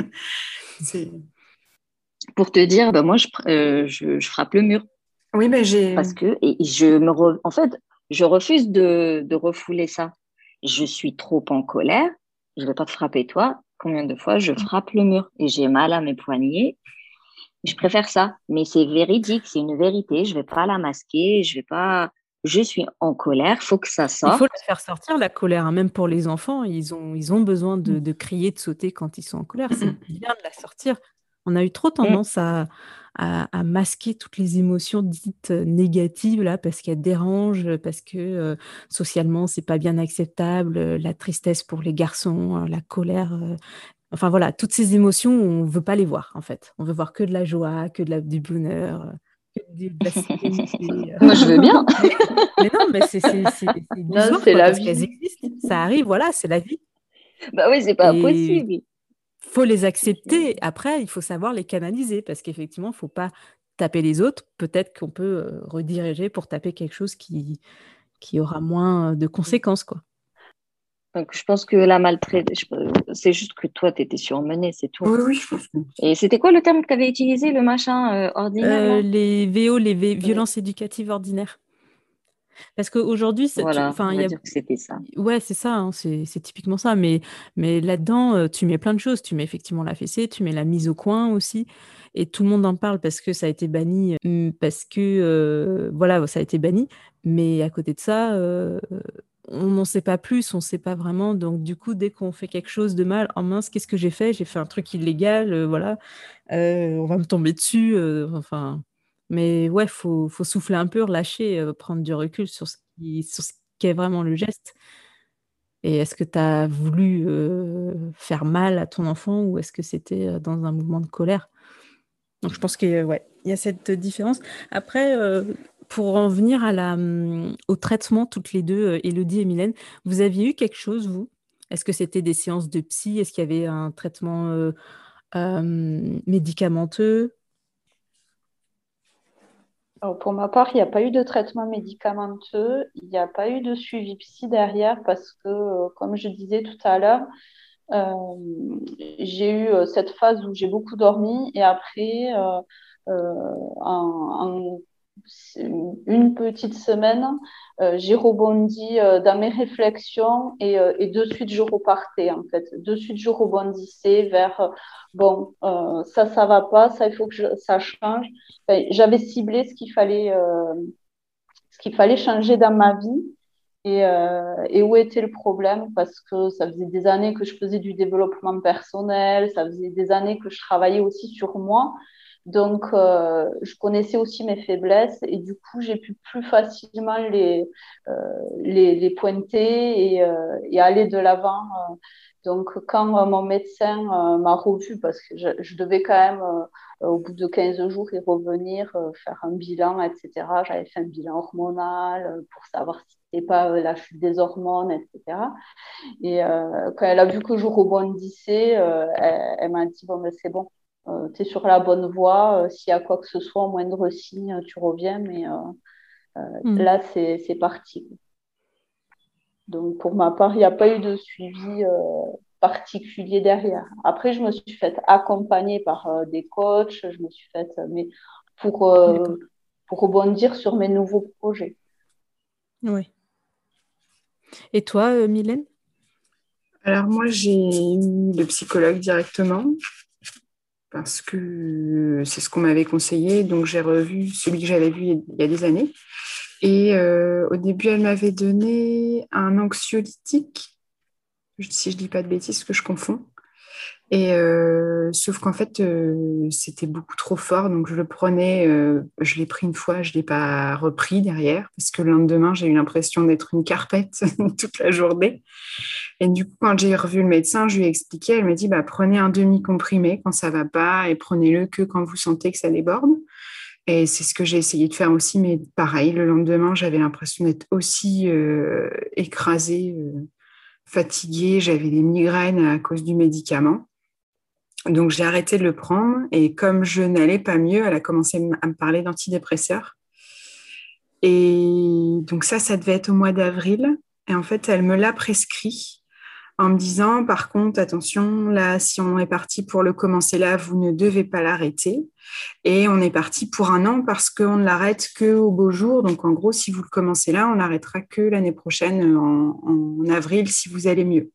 Speaker 2: Pour te dire, moi, je frappe le mur.
Speaker 3: Oui, mais j'ai...
Speaker 2: Parce que en fait, je refuse de refouler ça. Je suis trop en colère. Je ne vais pas te frapper toi. Combien de fois je frappe le mur et j'ai mal à mes poignets. Je préfère ça. Mais c'est véridique, c'est une vérité. Je ne vais pas la masquer. Je suis en colère. Faut que ça sorte.
Speaker 1: Il faut la faire sortir, la colère. Hein. Même pour les enfants, ils ont besoin de crier, de sauter quand ils sont en colère. C'est bien de la sortir. On a eu trop tendance à masquer toutes les émotions dites négatives là, parce qu'elles dérangent, parce que socialement, c'est pas bien acceptable. La tristesse pour les garçons, la colère. Enfin voilà, toutes ces émotions, on ne veut pas les voir en fait. On veut voir que de la joie, que du bonheur, que de la sérénité.
Speaker 2: Moi, je veux bien.
Speaker 1: mais non, mais c'est bizarre,
Speaker 4: c'est la
Speaker 1: parce
Speaker 4: vie.
Speaker 1: qu'elles existent. Ça arrive, voilà, c'est la vie.
Speaker 2: Bah oui, c'est pas possible.
Speaker 1: Il faut les accepter. Après, il faut savoir les canaliser parce qu'effectivement, il ne faut pas taper les autres. Peut-être qu'on peut rediriger pour taper quelque chose qui aura moins de conséquences, quoi.
Speaker 2: Donc, je pense que la maltraitance, c'est juste que toi, tu étais surmenée, c'est tout.
Speaker 3: Oui, je pense que...
Speaker 2: Et c'était quoi le terme que tu avais utilisé, le machin ordinaire, là?
Speaker 1: Les VO, violences éducatives ordinaires. Parce qu'aujourd'hui,
Speaker 2: Voilà,
Speaker 1: enfin,
Speaker 2: on
Speaker 1: il y
Speaker 2: va
Speaker 1: a,
Speaker 2: dire que c'était ça.
Speaker 1: ouais, c'est ça, hein, c'est typiquement ça. Mais là-dedans, tu mets plein de choses. Tu mets effectivement la fessée, tu mets la mise au coin aussi. Et tout le monde en parle parce que ça a été banni, parce que, voilà, ça a été banni. Mais à côté de ça, on n'en sait pas plus, on ne sait pas vraiment. Donc, du coup, dès qu'on fait quelque chose de mal, oh mince, qu'est-ce que j'ai fait? J'ai fait un truc illégal, voilà. On va me tomber dessus. Enfin, mais ouais, faut souffler un peu, relâcher, prendre du recul sur ce qu'est vraiment le geste. Et est-ce que tu as voulu faire mal à ton enfant ou est-ce que c'était dans un mouvement de colère? Donc, je pense que ouais, il y a cette différence. Après, pour en venir au traitement, toutes les deux, Élodie et Mylène, vous aviez eu quelque chose, vous? Est-ce que c'était des séances de psy? Est-ce qu'il y avait un traitement médicamenteux?
Speaker 4: Alors, pour ma part, il n'y a pas eu de traitement médicamenteux, il n'y a pas eu de suivi psy derrière parce que, comme je disais tout à l'heure, euh, j'ai eu cette phase où j'ai beaucoup dormi et après, en une petite semaine, j'ai rebondi dans mes réflexions et de suite je repartais en fait. De suite je rebondissais vers bon, ça va pas, ça il faut que ça change. Enfin, j'avais ciblé ce qu'il fallait changer dans ma vie et où était le problème parce que ça faisait des années que je faisais du développement personnel, ça faisait des années que je travaillais aussi sur moi. Donc, je connaissais aussi mes faiblesses et du coup, j'ai pu plus facilement euh, les pointer et aller de l'avant. Donc, quand mon médecin m'a revue, parce que je devais quand même, au bout de 15 jours, y revenir, faire un bilan, etc. J'avais fait un bilan hormonal pour savoir si c'était pas la chute des hormones, etc. Et quand elle a vu que je rebondissais, elle m'a dit, bon, ben, c'est bon, tu es sur la bonne voie. S'il y a quoi que ce soit, au moindre signe, tu reviens. Mais
Speaker 1: Hmm.
Speaker 4: là, c'est parti. Donc, pour ma part, il n'y a pas eu de suivi particulier derrière. Après, je me suis faite accompagner par des coachs, je me suis faite, mais pour, euh,
Speaker 1: D'accord.
Speaker 4: pour rebondir sur mes nouveaux projets.
Speaker 1: Ouais. Et toi, Mylène?
Speaker 3: Alors moi, j'ai eu le psychologue directement parce que c'est ce qu'on m'avait conseillé. Donc j'ai revu celui que j'avais vu il y a des années. Et au début, elle m'avait donné un anxiolytique, si je ne dis pas de bêtises, que je confonds. Et sauf qu'en fait, c'était beaucoup trop fort, donc je le prenais, je l'ai pris une fois, je ne l'ai pas repris derrière, parce que le lendemain, j'ai eu l'impression d'être une carpette toute la journée. Et du coup, quand j'ai revu le médecin, je lui ai expliqué, elle m'a dit, bah, prenez un demi-comprimé quand ça ne va pas, et prenez-le que quand vous sentez que ça déborde. Et c'est ce que j'ai essayé de faire aussi, mais pareil, le lendemain, j'avais l'impression d'être aussi écrasée, fatiguée, j'avais des migraines à cause du médicament. Donc, j'ai arrêté de le prendre et comme je n'allais pas mieux, elle a commencé à me parler d'antidépresseurs. Et donc ça devait être au mois d'avril. Et en fait, elle me l'a prescrit en me disant, par contre, attention, là, si on est parti pour le commencer là, vous ne devez pas l'arrêter. Et on est parti pour 1 an parce qu'on ne l'arrête qu'au beau jour. Donc, en gros, si vous le commencez là, on l'arrêtera que l'année prochaine, en avril, si vous allez mieux.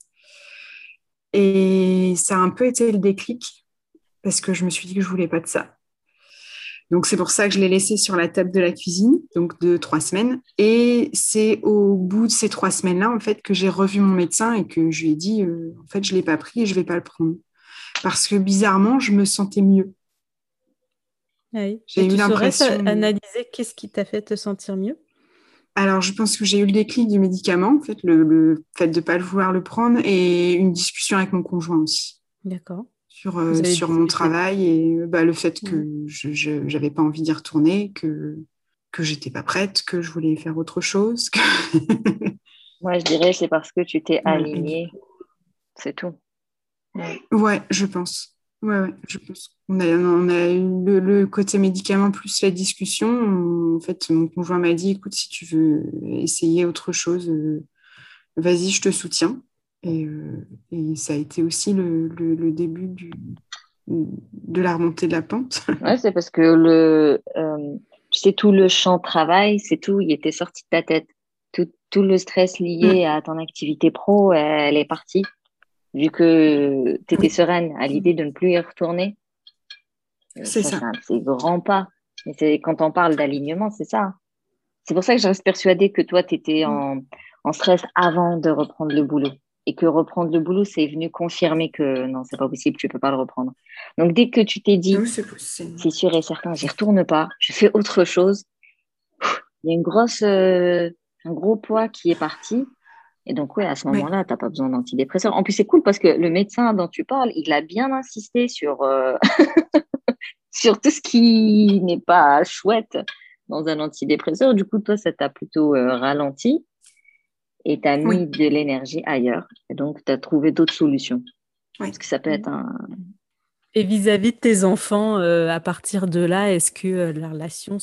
Speaker 3: Et ça a un peu été le déclic parce que je me suis dit que je voulais pas de ça. Donc, c'est pour ça que je l'ai laissé sur la table de la cuisine, donc de 3 semaines. Et c'est au bout de ces 3 semaines-là, en fait, que j'ai revu mon médecin et que je lui ai dit, en fait, je ne l'ai pas pris et je ne vais pas le prendre. Parce que bizarrement, je me sentais mieux.
Speaker 1: Oui.
Speaker 3: J'ai
Speaker 1: Et
Speaker 3: eu
Speaker 1: tu saurais
Speaker 3: l'impression...
Speaker 1: analyser qu'est-ce qui t'a fait te sentir mieux?
Speaker 3: Alors, je pense que j'ai eu le déclic du médicament, en fait, le fait de ne pas vouloir le prendre et une discussion avec mon conjoint aussi
Speaker 1: D'accord. Vous avez
Speaker 3: sur mon
Speaker 1: discuté.
Speaker 3: travail et le fait
Speaker 1: Ouais.
Speaker 3: que je n'avais pas envie d'y retourner, que j'étais pas prête, que je voulais faire autre chose.
Speaker 2: Moi, je dirais c'est parce que tu t'es
Speaker 3: Voilà.
Speaker 2: alignée, c'est tout. Ouais.
Speaker 3: Ouais, je pense. Ouais, je pense. On a eu le côté médicament plus la discussion. En fait, mon conjoint m'a dit, écoute, si tu veux essayer autre chose, vas-y, je te soutiens. Et, ça a été aussi le début de la remontée de la pente.
Speaker 2: Ouais, c'est parce que tu sais, tout le champ de travail, c'est tout, il était sorti de ta tête. Tout le stress lié à ton activité pro, elle est partie. Vu que tu étais
Speaker 3: Oui,
Speaker 2: sereine à l'idée de ne plus y retourner.
Speaker 3: c'est
Speaker 2: Ça,
Speaker 3: ça.
Speaker 2: c'est grand pas. Mais quand on parle d'alignement, c'est ça. C'est pour ça que je reste persuadée que toi, tu étais en stress avant de reprendre le boulot. Et que reprendre le boulot, c'est venu confirmer que non, c'est pas possible, tu peux pas le reprendre. Donc, dès que tu t'es dit,
Speaker 3: Oui, c'est possible.
Speaker 2: c'est sûr et certain, j'y retourne pas, je fais autre chose, il y a un gros poids qui est parti. Et donc, oui, à ce
Speaker 3: Oui,
Speaker 2: moment-là, t'as pas besoin d'antidépresseurs. En plus, c'est cool parce que le médecin dont tu parles, il a bien insisté sur tout ce qui n'est pas chouette dans un antidépresseur. Du coup, toi, ça t'a plutôt ralenti et t'as
Speaker 3: oui,
Speaker 2: mis de l'énergie ailleurs. Et donc, t'as trouvé d'autres solutions.
Speaker 3: oui.
Speaker 2: Parce que ça peut être un...
Speaker 1: Et vis-à-vis de tes enfants, à partir de là, est-ce que la relation,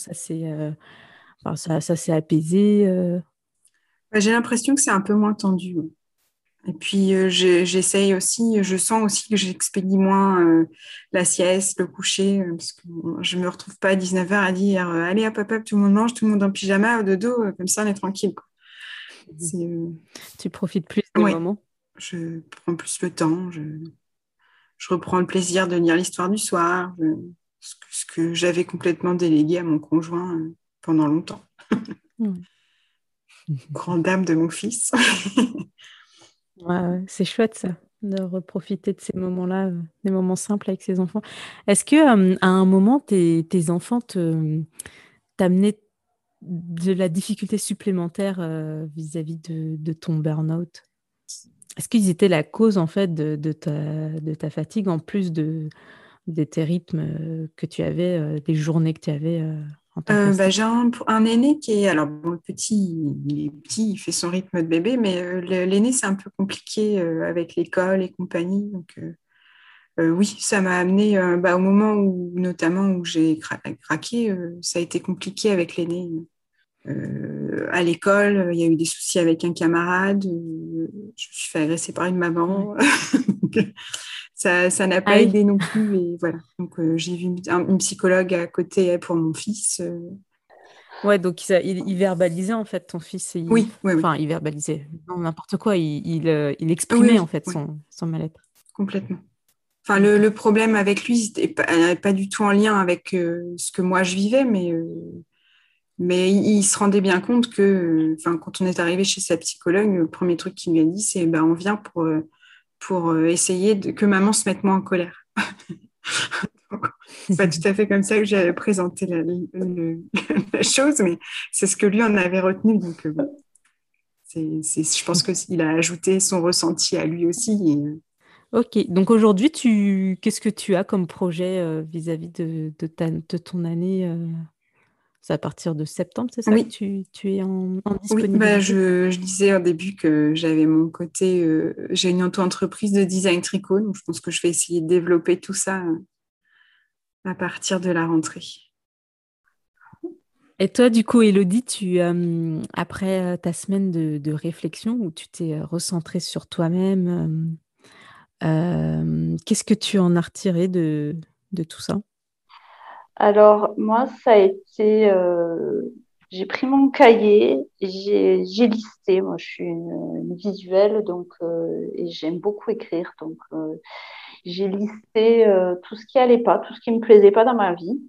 Speaker 1: ça s'est apaisé
Speaker 3: J'ai l'impression que c'est un peu moins tendu. Oui. Et puis, j'essaye aussi, je sens aussi que j'expédie moins la sieste, le coucher, parce que je me retrouve pas à 19h à dire allez, hop, hop, hop, tout le monde mange, tout le monde en pyjama, au dodo, comme ça, on est tranquille, quoi. C'est,
Speaker 1: Tu profites plus des
Speaker 3: ouais,
Speaker 1: moments?
Speaker 3: je prends plus le temps, je reprends le plaisir de lire l'histoire du soir, ce que j'avais complètement délégué à mon conjoint pendant longtemps.
Speaker 1: Ouais.
Speaker 3: Grande dame de mon fils.
Speaker 1: Ouais, c'est chouette ça, de reprofiter de ces moments-là, des moments simples avec ses enfants. Est-ce que à un moment, tes enfants t'amenaient de la difficulté supplémentaire vis-à-vis de ton burn-out? Est-ce qu'ils étaient la cause en fait de ta fatigue en plus de tes rythmes que tu avais, des journées que tu avais en temps classique?
Speaker 3: J'ai un aîné qui est, alors bon, le petit, il est petit, il fait son rythme de bébé, mais l'aîné, c'est un peu compliqué avec l'école et compagnie. Donc, oui, ça m'a amené au moment où, notamment, où j'ai craqué, ça a été compliqué avec l'aîné. À l'école, il y a eu des soucis avec un camarade, je me suis fait agresser par une
Speaker 1: Ouais.
Speaker 3: maman. Donc, ça n'a
Speaker 1: Ah
Speaker 3: pas
Speaker 1: oui.
Speaker 3: aidé non plus. Et voilà. Donc, j'ai vu une psychologue à côté pour mon fils.
Speaker 1: Ouais, donc il verbalisait en fait ton fils.
Speaker 3: Oui, oui, oui.
Speaker 1: Enfin, il verbalisait. Non, n'importe quoi. Il
Speaker 3: Oui,
Speaker 1: exprimait en
Speaker 3: oui,
Speaker 1: fait
Speaker 3: oui,
Speaker 1: son mal-être.
Speaker 3: complètement. Enfin, le
Speaker 1: D'accord.
Speaker 3: problème avec lui, elle pas du tout en lien avec ce que moi je vivais, mais il se rendait bien compte que, enfin, quand on est arrivé chez sa psychologue, le premier truc qu'il lui a dit, c'est on vient pour essayer que maman se mette moins en colère. Donc, c'est pas tout à fait comme ça que j'avais présenté la chose, mais c'est ce que lui en avait retenu. Donc, bon, je pense qu'il a ajouté son ressenti à lui aussi.
Speaker 1: Ok, donc aujourd'hui, qu'est-ce que tu as comme projet vis-à-vis de ton année c'est à partir de septembre, c'est ça que
Speaker 3: Oui,
Speaker 1: tu es en
Speaker 3: oui,
Speaker 1: disponibilité?
Speaker 3: je disais au début que j'avais mon côté, j'ai une auto-entreprise de design tricot, donc je pense que je vais essayer de développer tout ça à partir de la rentrée.
Speaker 1: Et toi, du coup, Élodie, après ta semaine de réflexion où tu t'es recentrée sur toi-même, qu'est-ce que tu en as retiré de tout ça?
Speaker 4: Alors, moi, ça a été. J'ai pris mon cahier, j'ai listé. Moi, je suis une visuelle, donc, et j'aime beaucoup écrire. Donc, j'ai listé tout ce qui allait pas, tout ce qui me plaisait pas dans ma vie.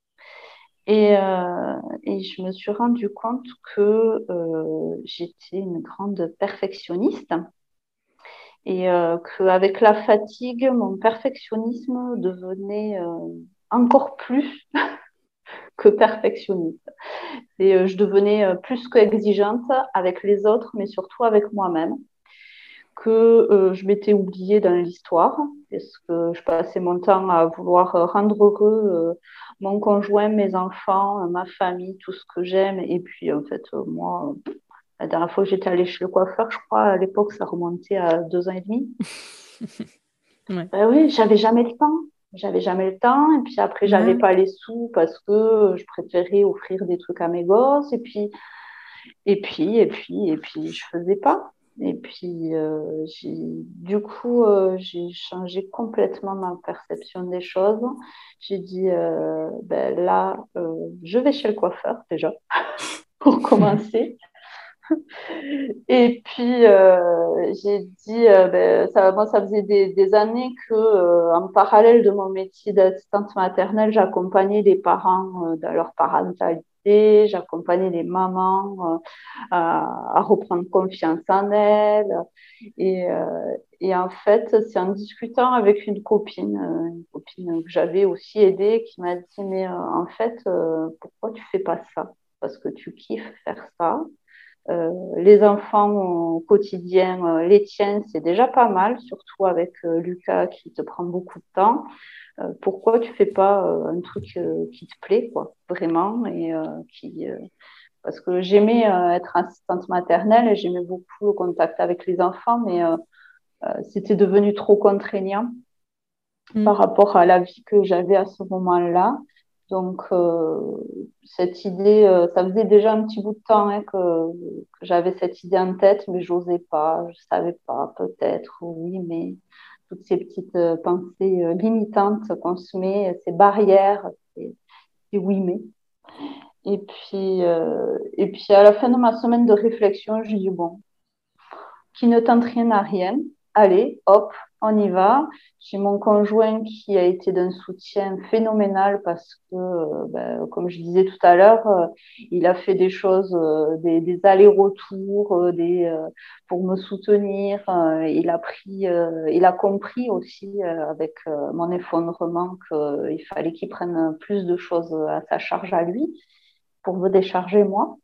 Speaker 4: Et je me suis rendu compte que j'étais une grande perfectionniste et qu'avec la fatigue, mon perfectionnisme devenait encore plus que perfectionniste. Et je devenais plus qu'exigeante avec les autres, mais surtout avec moi-même, que je m'étais oubliée dans l'histoire, parce que je passais mon temps à vouloir rendre heureux mon conjoint, mes enfants, ma famille, tout ce que j'aime. Et puis, en fait, moi, la dernière fois que j'étais allée chez le coiffeur, je crois, à l'époque, ça remontait à 2 ans et demi.
Speaker 1: Ouais.
Speaker 4: Ben oui, j'avais jamais le temps. J'avais jamais le temps. Et puis après, j'avais
Speaker 3: Ouais,
Speaker 4: pas les sous parce que je préférais offrir des trucs à mes gosses. Et puis, je faisais pas. Et puis, j'ai changé complètement ma perception des choses. J'ai dit, là, je vais chez le coiffeur déjà, pour commencer. Et puis, j'ai dit, moi, ça faisait des années que, en parallèle de mon métier d'assistante maternelle, j'accompagnais les parents dans leur parentalité, j'accompagnais les mamans à reprendre confiance en elles. Et, euh, et en fait, c'est en discutant avec une copine que j'avais aussi aidée, qui m'a dit, mais en fait, pourquoi tu fais pas ça? Parce que tu kiffes faire ça. Les enfants au quotidien, les tiens, c'est déjà pas mal, surtout avec Lucas qui te prend beaucoup de temps. Pourquoi tu fais pas un truc qui te plaît, quoi, vraiment, parce que j'aimais être assistante maternelle et j'aimais beaucoup le contact avec les enfants, mais c'était devenu trop contraignant par rapport à la vie que j'avais à ce moment-là. Donc, cette idée, ça faisait déjà un petit bout de temps que j'avais cette idée en tête, mais j'osais pas, je savais pas, peut-être, oui, mais toutes ces petites pensées limitantes qu'on se met, ces barrières, ces oui, mais. Et puis, à la fin de ma semaine de réflexion, je dis, bon, qui ne tente rien à rien. Allez, hop, on y va. J'ai mon conjoint qui a été d'un soutien phénoménal parce que, comme je disais tout à l'heure, il a fait des choses, des allers-retours, pour me soutenir. Il a compris aussi avec mon effondrement qu'il fallait qu'il prenne plus de choses à sa charge à lui pour me décharger moi.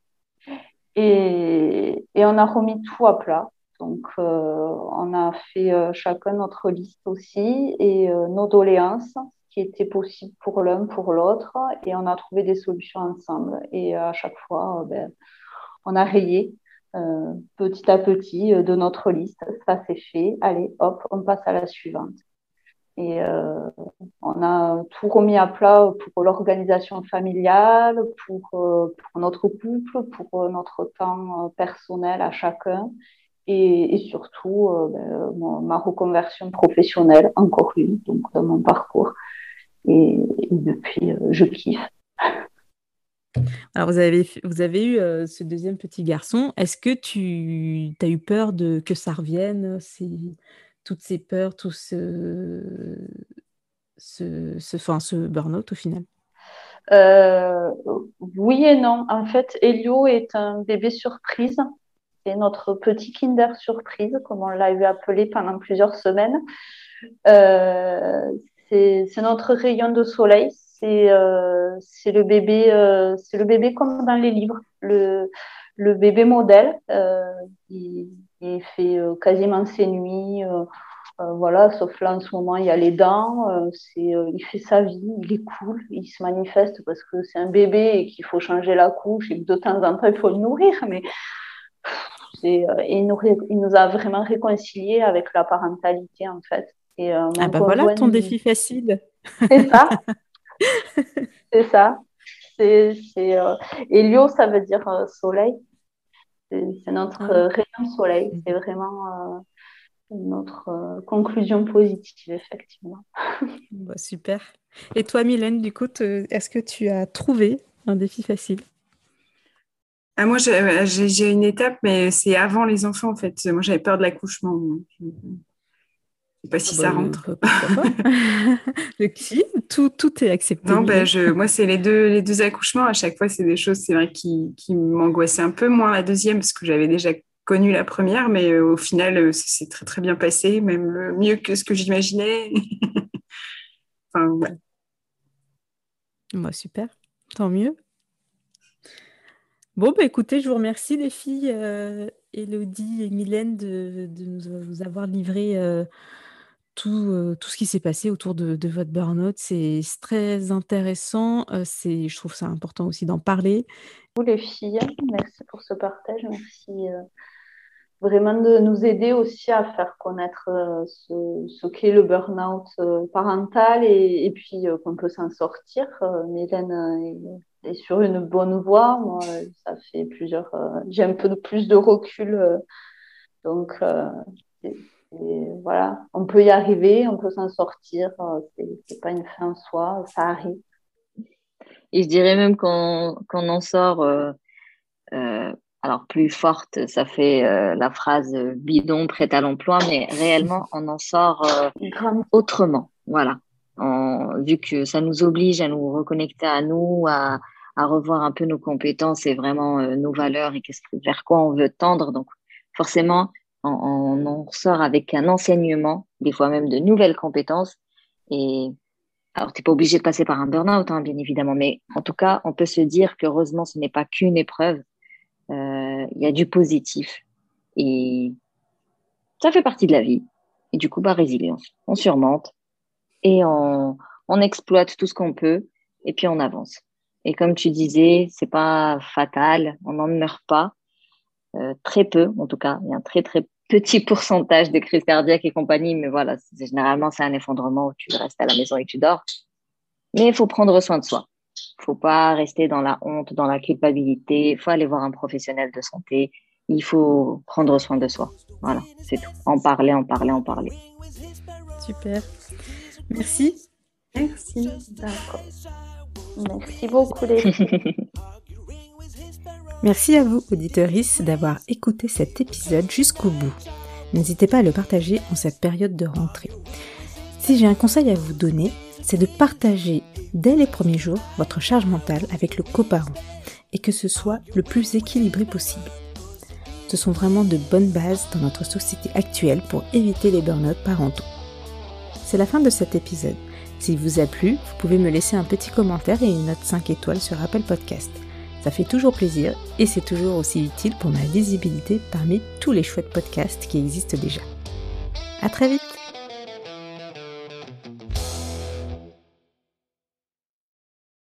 Speaker 4: Et on a remis tout à plat. Donc, on a fait chacun notre liste aussi et nos doléances, ce qui était possible pour l'un, pour l'autre, et on a trouvé des solutions ensemble. Et à chaque fois, on a rayé petit à petit de notre liste. Ça, c'est fait. Allez, hop, on passe à la suivante. Et on a tout remis à plat pour l'organisation familiale, pour notre couple, pour notre temps personnel à chacun et surtout ma reconversion professionnelle, encore une, donc dans mon parcours. Et depuis, je kiffe.
Speaker 1: Alors, vous avez eu ce deuxième petit garçon. Est-ce que tu as eu peur que ça revienne, toutes ces peurs, tout ce burn-out au final?
Speaker 4: Oui et non. En fait, Elio est un bébé surprise. C'est notre petit Kinder surprise, comme on l'a eu appelé pendant plusieurs semaines. Euh, c'est notre rayon de soleil. C'est le bébé comme dans les livres, le bébé modèle. Il fait quasiment ses nuits. Voilà, sauf là en ce moment, il y a les dents. Il fait sa vie, il est cool, il se manifeste parce que c'est un bébé et qu'il faut changer la couche et que de temps en temps, il faut le nourrir. Mais il nous a vraiment réconciliés avec la parentalité, en fait. Et
Speaker 1: Ah
Speaker 4: mon
Speaker 1: bah voilà
Speaker 4: conjoint,
Speaker 1: ton défi facile.
Speaker 4: c'est ça, c'est ça. Hélio, ça veut dire soleil. C'est notre
Speaker 1: Ah.
Speaker 4: rayon de soleil. C'est vraiment notre conclusion positive, effectivement.
Speaker 1: Bah, super. Et toi, Mylène, du coup, est-ce que tu as trouvé un défi facile?
Speaker 3: Ah, moi, j'ai une étape, mais c'est avant les enfants, en fait. Moi, j'avais peur de l'accouchement. Je ne sais pas si ça rentre.
Speaker 1: Pourquoi pas? Si, tout est accepté,
Speaker 3: Non,
Speaker 1: Mylène.
Speaker 3: moi, c'est les deux accouchements. À chaque fois, c'est des choses, c'est vrai, qui m'angoissaient un peu moins la deuxième, parce que j'avais déjà connu la première, mais au final, ça s'est très, très bien passé, même mieux que ce que j'imaginais. Enfin, voilà.
Speaker 1: Bah, super, tant mieux. Bon, bah, écoutez, je vous remercie les filles, Élodie et Mylène, de nous avoir livré tout ce qui s'est passé autour de votre burn-out. C'est très intéressant. Je trouve ça important aussi d'en parler.
Speaker 4: Vous, les filles, merci pour ce partage. Merci vraiment de nous aider aussi à faire connaître ce qu'est le burn-out parental et puis qu'on peut s'en sortir. Mylène est sur une bonne voie. Moi, ça fait j'ai un peu plus de recul Donc, voilà, on peut y arriver, on peut s'en sortir. C'est pas une fin en soi, ça arrive.
Speaker 2: Et je dirais même qu'on en sort, alors plus forte, ça fait la phrase bidon, prête à l'emploi, mais réellement, on en sort autrement. Voilà. Vu que ça nous oblige à nous reconnecter à nous, à revoir un peu nos compétences et vraiment nos valeurs et vers quoi on veut tendre. Donc, forcément, on en sort avec un enseignement, des fois même de nouvelles compétences. Et alors, t'es pas obligé de passer par un burn-out, hein, bien évidemment, mais en tout cas, on peut se dire qu'heureusement, ce n'est pas qu'une épreuve. Il y a du positif et ça fait partie de la vie. Et du coup, résilience. On surmonte et on exploite tout ce qu'on peut et puis on avance. Et comme tu disais, c'est pas fatal, on n'en meurt pas. Très peu, en tout cas. Il y a un très, très petit pourcentage de crises cardiaques et compagnie, mais voilà, généralement, c'est un effondrement où tu restes à la maison et tu dors. Mais il faut prendre soin de soi. Il faut pas rester dans la honte, dans la culpabilité. Il faut aller voir un professionnel de santé. Il faut prendre soin de soi. Voilà, c'est tout. En parler.
Speaker 1: Super. Merci.
Speaker 4: Merci. D'accord. Merci beaucoup, les filles.
Speaker 1: Merci à vous, auditrices, d'avoir écouté cet épisode jusqu'au bout. N'hésitez pas à le partager en cette période de rentrée. Si j'ai un conseil à vous donner, c'est de partager dès les premiers jours votre charge mentale avec le coparent et que ce soit le plus équilibré possible. Ce sont vraiment de bonnes bases dans notre société actuelle pour éviter les burn-out parentaux. C'est la fin de cet épisode. S'il vous a plu, vous pouvez me laisser un petit commentaire et une note 5 étoiles sur Apple Podcast. Ça fait toujours plaisir et c'est toujours aussi utile pour ma visibilité parmi tous les chouettes podcasts qui existent déjà. À très vite!